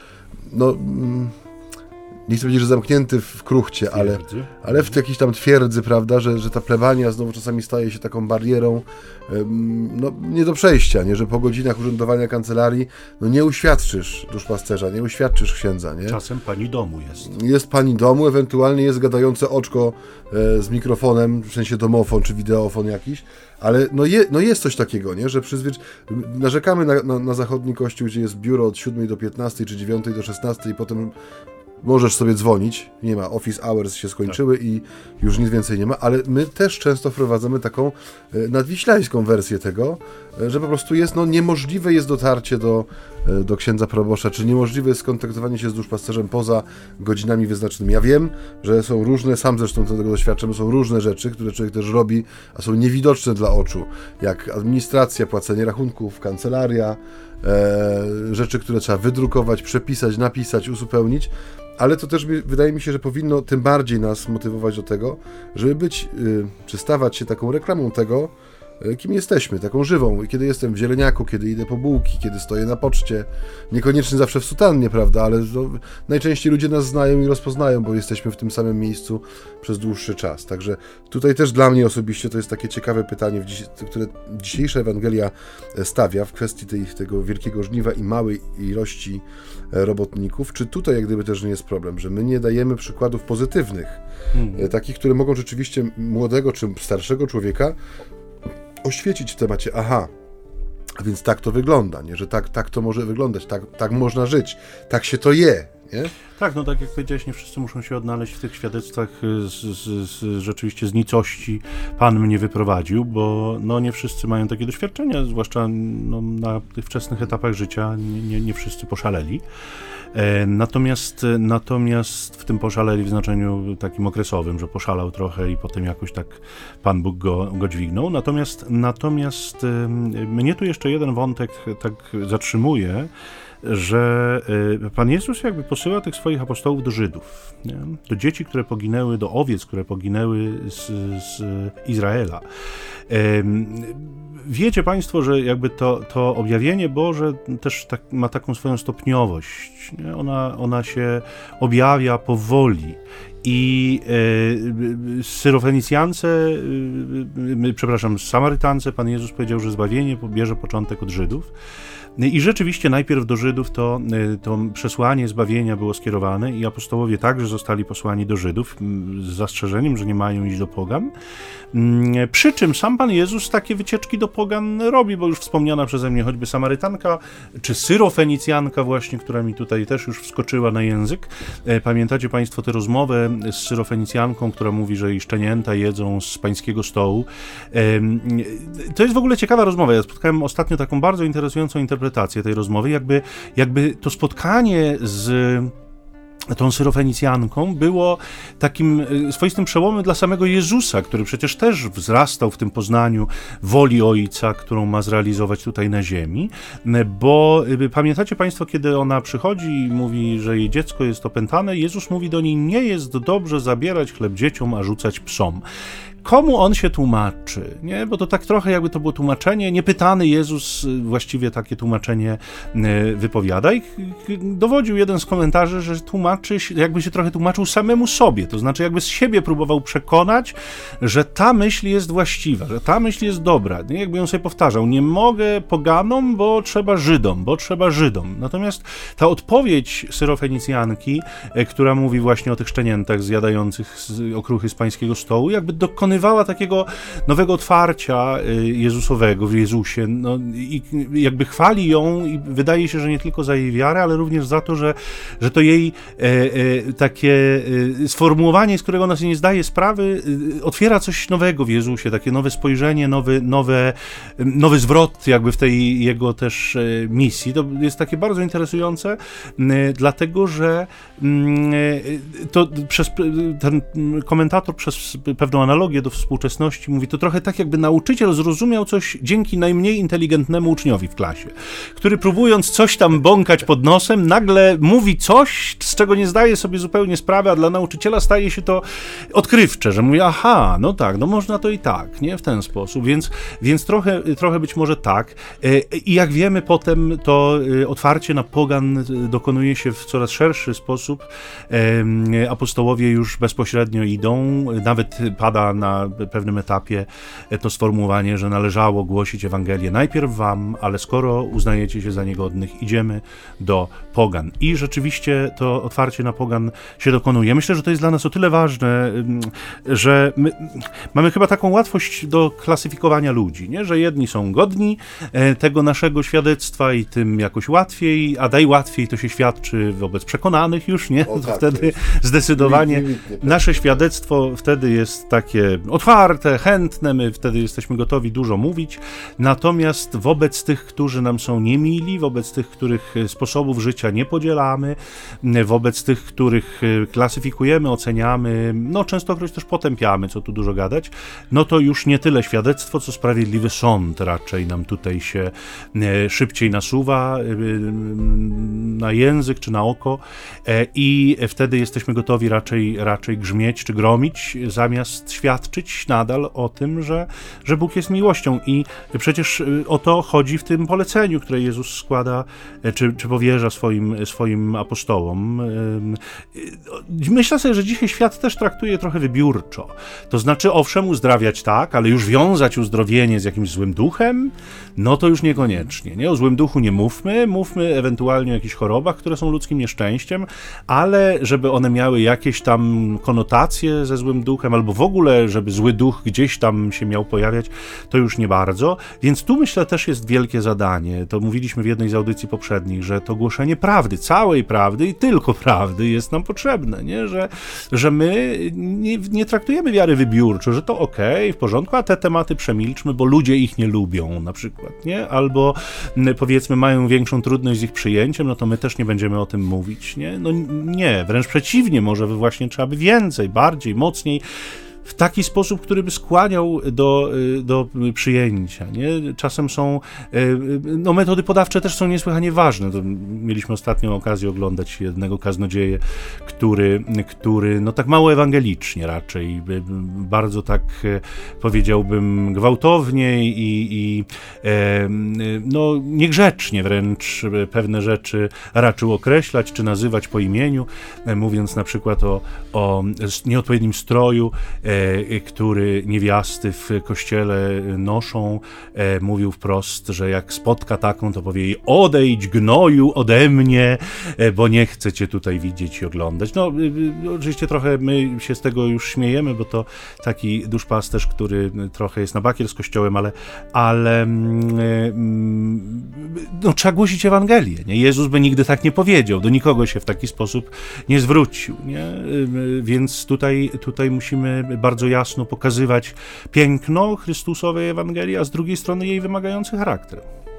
nie chcę powiedzieć, że zamknięty w kruchcie, ale w jakiejś tam twierdzy, prawda, że ta plebania znowu czasami staje się taką barierą nie do przejścia, nie, że po godzinach urzędowania kancelarii nie uświadczysz duszpasterza, nie uświadczysz księdza, nie? Czasem pani domu jest. Jest pani domu, ewentualnie jest gadające oczko z mikrofonem, w sensie domofon czy wideofon jakiś, ale jest coś takiego, nie, że narzekamy na zachodni kościół, gdzie jest biuro od 7 do 15 czy 9 do 16 i potem możesz sobie dzwonić, nie ma, office hours się skończyły i już nic więcej nie ma, ale my też często wprowadzamy taką nadwiślańską wersję tego, że po prostu jest, niemożliwe jest dotarcie do księdza probosza, czy niemożliwe jest skontaktowanie się z duszpasterzem poza godzinami wyznaczonymi. Ja wiem, że są różne, sam zresztą tego doświadczam, są różne rzeczy, które człowiek też robi, a są niewidoczne dla oczu, jak administracja, płacenie rachunków, kancelaria, rzeczy, które trzeba wydrukować, przepisać, napisać, uzupełnić, ale to też wydaje mi się, że powinno tym bardziej nas motywować do tego, żeby czy stawać się taką reklamą tego, kim jesteśmy, taką żywą. Kiedy jestem w zieleniaku, kiedy idę po bułki, kiedy stoję na poczcie, niekoniecznie zawsze w sutannie, prawda, ale najczęściej ludzie nas znają i rozpoznają, bo jesteśmy w tym samym miejscu przez dłuższy czas. Także tutaj też dla mnie osobiście to jest takie ciekawe pytanie, które dzisiejsza Ewangelia stawia w kwestii tego wielkiego żniwa i małej ilości robotników. Czy tutaj jak gdyby też nie jest problem, że my nie dajemy przykładów pozytywnych, takich, które mogą rzeczywiście młodego czy starszego człowieka oświecić w temacie, a więc tak to wygląda, nie? Że tak to może wyglądać, tak można żyć, tak się to je, nie? Tak, tak jak powiedziałeś, nie wszyscy muszą się odnaleźć w tych świadectwach rzeczywiście z nicości. Pan mnie wyprowadził, bo nie wszyscy mają takie doświadczenia, zwłaszcza na tych wczesnych etapach życia nie wszyscy poszaleli. Natomiast w tym poszaleli w znaczeniu takim okresowym, że poszalał trochę i potem jakoś tak Pan Bóg go dźwignął. Natomiast mnie tu jeszcze jeden wątek tak zatrzymuje, że Pan Jezus jakby posyła tych swoich apostołów do Żydów, nie? Do dzieci, które poginęły, do owiec, które poginęły z Izraela. Wiecie Państwo, że jakby to objawienie Boże też ma taką swoją stopniowość. Nie? Ona się objawia powoli. I Samarytance Pan Jezus powiedział, że zbawienie bierze początek od Żydów. I rzeczywiście najpierw do Żydów to przesłanie zbawienia było skierowane i apostołowie także zostali posłani do Żydów z zastrzeżeniem, że nie mają iść do pogan. Przy czym sam Pan Jezus takie wycieczki do pogan robi, bo już wspomniana przeze mnie choćby Samarytanka, czy Syrofenicjanka właśnie, która mi tutaj też już wskoczyła na język. Pamiętacie Państwo tę rozmowę z Syrofenicjanką, która mówi, że jej szczenięta jedzą z pańskiego stołu. To jest w ogóle ciekawa rozmowa. Ja spotkałem ostatnio taką bardzo interesującą interpretację tej rozmowy, jakby to spotkanie z tą Syrofenicjanką było takim swoistym przełomem dla samego Jezusa, który przecież też wzrastał w tym poznaniu woli Ojca, którą ma zrealizować tutaj na ziemi, bo pamiętacie Państwo, kiedy ona przychodzi i mówi, że jej dziecko jest opętane, Jezus mówi do niej: nie jest dobrze zabierać chleb dzieciom, a rzucać psom. Komu on się tłumaczy, nie? Bo to tak trochę jakby to było tłumaczenie, niepytany Jezus właściwie takie tłumaczenie wypowiada i dowodził jeden z komentarzy, że jakby się trochę tłumaczył samemu sobie, to znaczy jakby z siebie próbował przekonać, że ta myśl jest właściwa, że ta myśl jest dobra, nie? Jakby ją sobie powtarzał: nie mogę poganom, bo trzeba Żydom. Natomiast ta odpowiedź Syrofenicjanki, która mówi właśnie o tych szczeniętach zjadających okruchy z pańskiego stołu, jakby dokonywała takiego nowego otwarcia Jezusowego w Jezusie, no, i jakby chwali ją i wydaje się, że nie tylko za jej wiarę, ale również za to, że to jej takie sformułowanie, z którego ona sobie nie zdaje sprawy, otwiera coś nowego w Jezusie, takie nowe spojrzenie, nowy zwrot jakby w tej jego też misji. To jest takie bardzo interesujące, dlatego, że to ten komentator przez pewną analogię do współczesności mówi, to trochę tak, jakby nauczyciel zrozumiał coś dzięki najmniej inteligentnemu uczniowi w klasie, który próbując coś tam bąkać pod nosem, nagle mówi coś, z czego nie zdaje sobie zupełnie sprawy, a dla nauczyciela staje się to odkrywcze, że mówi: aha, no tak, no można to i tak, nie? W ten sposób, więc trochę być może tak. I jak wiemy potem, to otwarcie na pogan dokonuje się w coraz szerszy sposób. Apostołowie już bezpośrednio idą, nawet pada na pewnym etapie to sformułowanie, że należało głosić Ewangelię najpierw wam, ale skoro uznajecie się za niegodnych, idziemy do pogan. I rzeczywiście to otwarcie na pogan się dokonuje. Myślę, że to jest dla nas o tyle ważne, że my mamy chyba taką łatwość do klasyfikowania ludzi, nie? Że jedni są godni tego naszego świadectwa i tym jakoś łatwiej, a łatwiej to się świadczy wobec przekonanych już, nie? Tak, wtedy zdecydowanie nasze świadectwo wtedy jest takie otwarte, chętne, my wtedy jesteśmy gotowi dużo mówić, natomiast wobec tych, którzy nam są niemili, wobec tych, których sposobów życia nie podzielamy, wobec tych, których klasyfikujemy, oceniamy, no częstokroć też potępiamy, co tu dużo gadać, no to już nie tyle świadectwo, co sprawiedliwy sąd raczej nam tutaj się szybciej nasuwa na język czy na oko i wtedy jesteśmy gotowi raczej grzmieć czy gromić, zamiast świadczyć nadal o tym, że Bóg jest miłością. I przecież o to chodzi w tym poleceniu, które Jezus składa, czy powierza swoim apostołom. Myślę sobie, że dzisiaj świat też traktuje trochę wybiórczo. To znaczy, owszem, uzdrawiać tak, ale już wiązać uzdrowienie z jakimś złym duchem, no to już niekoniecznie. Nie? O złym duchu nie mówmy ewentualnie o jakichś chorobach, które są ludzkim nieszczęściem, ale żeby one miały jakieś tam konotacje ze złym duchem, albo w ogóle, żeby zły duch gdzieś tam się miał pojawiać, to już nie bardzo. Więc tu myślę też jest wielkie zadanie. To mówiliśmy w jednej z audycji poprzednich, że to głoszenie prawdy, całej prawdy i tylko prawdy jest nam potrzebne, nie? Że my nie traktujemy wiary wybiórczo, że to okej, w porządku, a te tematy przemilczmy, bo ludzie ich nie lubią na przykład, nie? Albo powiedzmy mają większą trudność z ich przyjęciem, no to my też nie będziemy o tym mówić, nie? No nie, wręcz przeciwnie, może właśnie trzeba by więcej, bardziej, mocniej w taki sposób, który by skłaniał do przyjęcia. Nie? Czasem są, metody podawcze też są niesłychanie ważne. Mieliśmy ostatnio okazję oglądać jednego kaznodzieję, który tak mało ewangelicznie raczej, bardzo tak powiedziałbym gwałtownie i niegrzecznie wręcz pewne rzeczy raczył określać czy nazywać po imieniu, mówiąc na przykład o nieodpowiednim stroju, który niewiasty w kościele noszą. Mówił wprost, że jak spotka taką, to powie jej: odejdź, gnoju, ode mnie, bo nie chcę cię tutaj widzieć i oglądać. Oczywiście trochę my się z tego już śmiejemy, bo to taki duszpasterz, który trochę jest na bakier z kościołem, ale trzeba głosić Ewangelię. Nie? Jezus by nigdy tak nie powiedział, do nikogo się w taki sposób nie zwrócił. Nie? Więc tutaj musimy bardzo jasno pokazywać piękno Chrystusowej Ewangelii, a z drugiej strony jej wymagający charakter.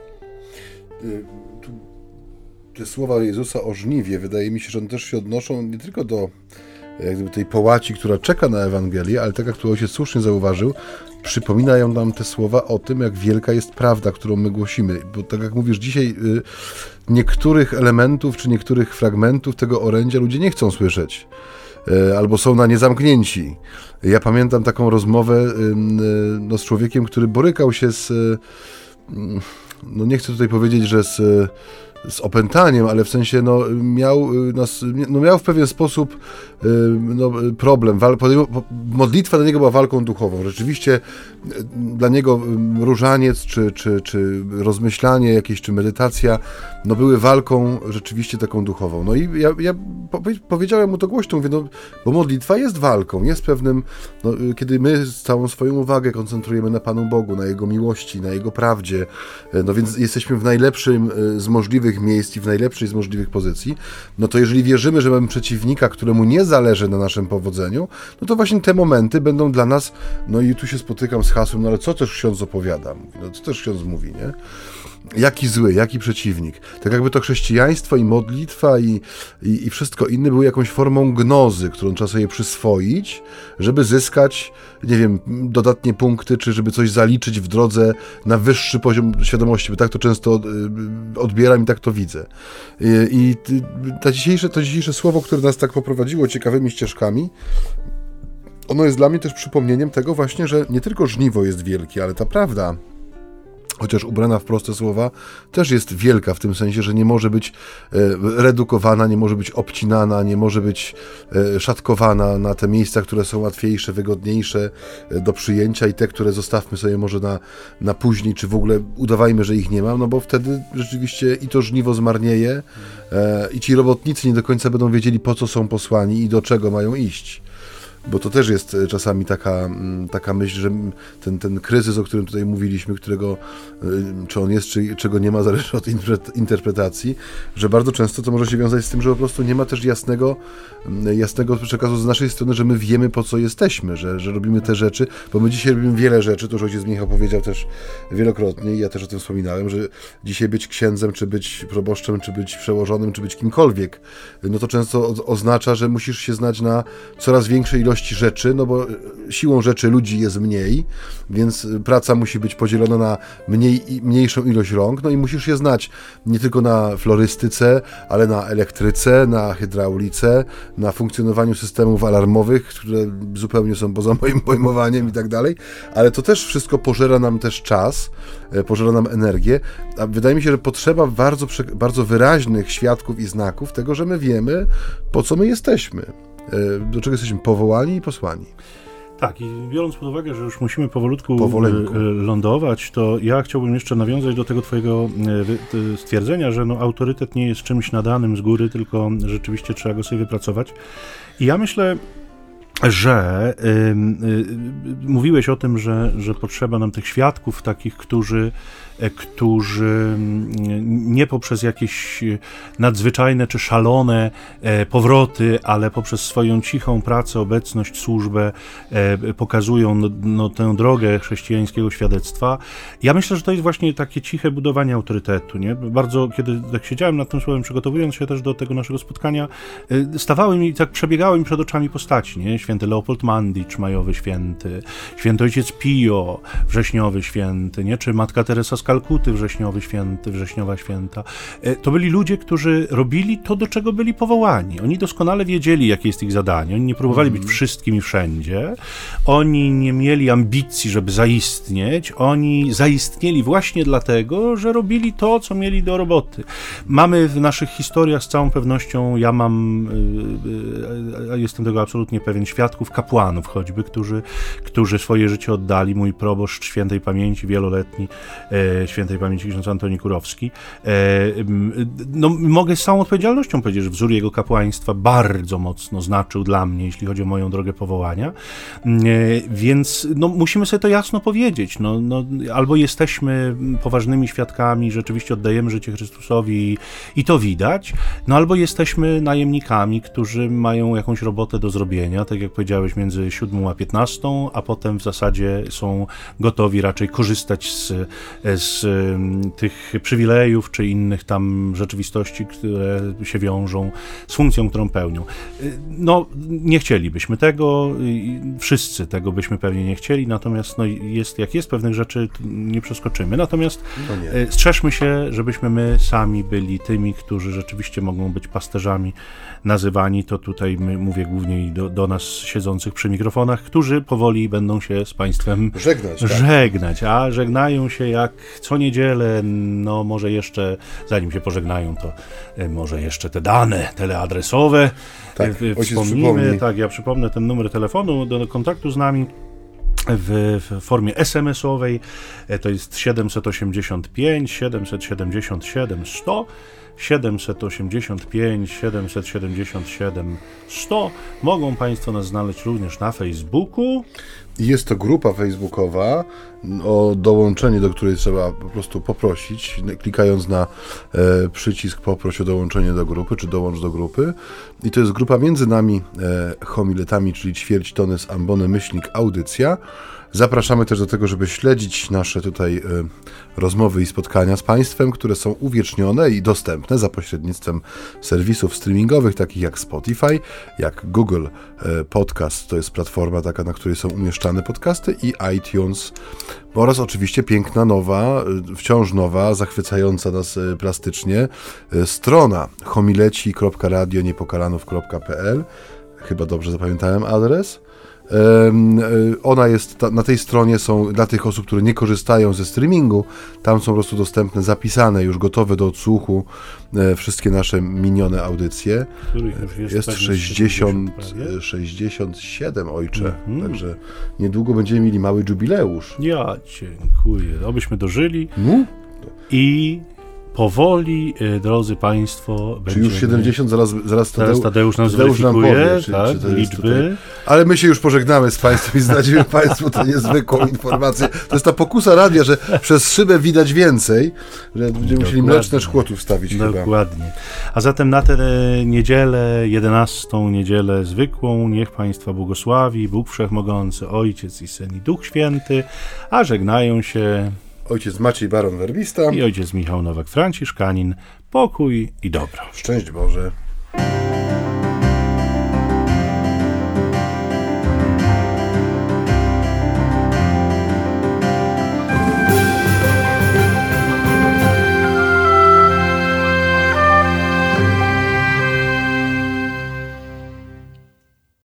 Te słowa Jezusa o żniwie, wydaje mi się, że one też się odnoszą nie tylko do tej połaci, która czeka na Ewangelię, ale tak jak tu ojciec słusznie zauważył, przypominają nam te słowa o tym, jak wielka jest prawda, którą my głosimy. Bo tak jak mówisz, dzisiaj niektórych elementów czy niektórych fragmentów tego orędzia ludzie nie chcą słyszeć. Albo są na nie zamknięci. Ja pamiętam taką rozmowę z człowiekiem, który borykał się z, nie chcę tutaj powiedzieć, że z opętaniem, ale w sensie miał w pewien sposób problem. Modlitwa dla niego była walką duchową. Rzeczywiście dla niego różaniec, czy rozmyślanie jakieś, czy medytacja, były walką rzeczywiście taką duchową. No i ja powiedziałem mu to głośno, mówię, bo modlitwa jest walką, jest pewnym, kiedy my całą swoją uwagę koncentrujemy na Panu Bogu, na Jego miłości, na Jego prawdzie, więc jesteśmy w najlepszym z możliwych miejsc i w najlepszej z możliwych pozycji, to jeżeli wierzymy, że mamy przeciwnika, któremu nie zależy na naszym powodzeniu, to właśnie te momenty będą dla nas, i tu się spotykam z hasłem, ale co też ksiądz opowiada? Mówi, co też ksiądz mówi, nie? Jaki zły, jaki przeciwnik. Tak jakby to chrześcijaństwo i modlitwa i wszystko inne były jakąś formą gnozy, którą trzeba sobie przyswoić, żeby zyskać, nie wiem, dodatnie punkty, czy żeby coś zaliczyć w drodze na wyższy poziom świadomości, bo tak to często odbieram i tak to widzę. I to dzisiejsze słowo, które nas tak poprowadziło ciekawymi ścieżkami, ono jest dla mnie też przypomnieniem tego właśnie, że nie tylko żniwo jest wielkie, ale ta prawda, chociaż ubrana w proste słowa, też jest wielka w tym sensie, że nie może być redukowana, nie może być obcinana, nie może być szatkowana na te miejsca, które są łatwiejsze, wygodniejsze do przyjęcia i te, które zostawmy sobie może na później, czy w ogóle udawajmy, że ich nie ma, bo wtedy rzeczywiście i to żniwo zmarnieje i ci robotnicy nie do końca będą wiedzieli, po co są posłani i do czego mają iść. Bo to też jest czasami taka myśl, że ten kryzys, o którym tutaj mówiliśmy, którego czy on jest, czy czego nie ma, zależy od interpretacji, że bardzo często to może się wiązać z tym, że po prostu nie ma też jasnego przekazu z naszej strony, że my wiemy, po co jesteśmy, że robimy te rzeczy, bo my dzisiaj robimy wiele rzeczy, to już ojciec Michał powiedział też wielokrotnie i ja też o tym wspominałem, że dzisiaj być księdzem, czy być proboszczem, czy być przełożonym, czy być kimkolwiek, to często oznacza, że musisz się znać na coraz większej ilości rzeczy, bo siłą rzeczy ludzi jest mniej, więc praca musi być podzielona na mniejszą ilość rąk, i musisz je znać nie tylko na florystyce, ale na elektryce, na hydraulice, na funkcjonowaniu systemów alarmowych, które zupełnie są poza moim pojmowaniem i tak dalej, ale to też wszystko pożera nam też czas, pożera nam energię, a wydaje mi się, że potrzeba bardzo, bardzo wyraźnych świadków i znaków tego, że my wiemy, po co my jesteśmy. Do czego jesteśmy powołani i posłani. Tak, i biorąc pod uwagę, że już musimy powolutku lądować, to ja chciałbym jeszcze nawiązać do tego twojego stwierdzenia, że autorytet nie jest czymś nadanym z góry, tylko rzeczywiście trzeba go sobie wypracować. I ja myślę, że mówiłeś o tym, że potrzeba nam tych świadków, takich, którzy nie poprzez jakieś nadzwyczajne czy szalone powroty, ale poprzez swoją cichą pracę, obecność, służbę pokazują tę drogę chrześcijańskiego świadectwa. Ja myślę, że to jest właśnie takie ciche budowanie autorytetu. Nie? Bardzo, kiedy tak siedziałem nad tym słowem, przygotowując się też do tego naszego spotkania, przebiegały mi przed oczami postaci, nie? święty Leopold Mandicz, majowy święty, święty ojciec Pio, wrześniowy święty, nie? Czy matka Teresa z Kalkuty, wrześniowy święty, wrześniowa święta. To byli ludzie, którzy robili to, do czego byli powołani. Oni doskonale wiedzieli, jakie jest ich zadanie. Oni nie próbowali być wszystkim i wszędzie. Oni nie mieli ambicji, żeby zaistnieć. Oni zaistnieli właśnie dlatego, że robili to, co mieli do roboty. Mamy w naszych historiach z całą pewnością, ja mam, jestem tego absolutnie pewien, świadków kapłanów choćby, którzy swoje życie oddali. Mój proboszcz świętej pamięci, wieloletni, świętej pamięci ksiądz Antoni Kurowski. No, mogę z całą odpowiedzialnością powiedzieć, że wzór jego kapłaństwa bardzo mocno znaczył dla mnie, jeśli chodzi o moją drogę powołania. Więc no, musimy sobie to jasno powiedzieć. Albo jesteśmy poważnymi świadkami, rzeczywiście oddajemy życie Chrystusowi i to widać, albo jesteśmy najemnikami, którzy mają jakąś robotę do zrobienia, tak jak powiedziałeś, między 7 a 15, a potem w zasadzie są gotowi raczej korzystać z tych przywilejów, czy innych tam rzeczywistości, które się wiążą z funkcją, którą pełnią. No, nie chcielibyśmy tego, wszyscy tego byśmy pewnie nie chcieli, natomiast no, jest jak jest, pewnych rzeczy nie przeskoczymy. Natomiast strzeżmy się, żebyśmy my sami byli tymi, którzy rzeczywiście mogą być pasterzami nazywani, to tutaj mówię głównie do nas siedzących przy mikrofonach, którzy powoli będą się z Państwem żegnać, a żegnają się jak co niedzielę, no może jeszcze, zanim się pożegnają, to może jeszcze te dane teleadresowe wspomnimy. Tak, ja przypomnę ten numer telefonu do kontaktu z nami w formie SMS-owej, to jest 785 777 100, 785 777 100. Mogą Państwo nas znaleźć również na Facebooku. Jest to grupa facebookowa, o dołączenie do której trzeba po prostu poprosić, klikając na przycisk poproś o dołączenie do grupy, czy dołącz do grupy. I to jest grupa między nami homiletami, czyli ćwierć tony z ambony / audycja. Zapraszamy też do tego, żeby śledzić nasze tutaj rozmowy i spotkania z Państwem, które są uwiecznione i dostępne za pośrednictwem serwisów streamingowych, takich jak Spotify, jak Google Podcast, to jest platforma taka, na której są umieszczane podcasty, i iTunes, oraz oczywiście piękna, nowa, wciąż nowa, zachwycająca nas plastycznie strona homileci.radioniepokalanów.pl. Chyba dobrze zapamiętałem adres. Ona jest, na tej stronie są dla tych osób, które nie korzystają ze streamingu, tam są po prostu dostępne, zapisane, już gotowe do odsłuchu wszystkie nasze minione audycje. Jest 67, ojcze, także niedługo będziemy mieli mały jubileusz. Ja dziękuję, obyśmy dożyli i powoli, drodzy Państwo, czy już 70, zaraz Tadeusz nam zweryfikuje, tak, liczby. Tutaj. Ale my się już pożegnamy z Państwem i zdradzimy Państwu tę niezwykłą informację. To jest ta pokusa radia, że przez szybę widać więcej, że będziemy musieli mleczne szkło tu wstawić. Dokładnie. A zatem na tę niedzielę, 11. niedzielę zwykłą, niech Państwa błogosławi Bóg Wszechmogący, Ojciec i Syn i Duch Święty, a żegnają się ojciec Maciej Baron-Werbista i ojciec Michał Nowak-Franciszkanin. Pokój i dobro. Szczęść Boże.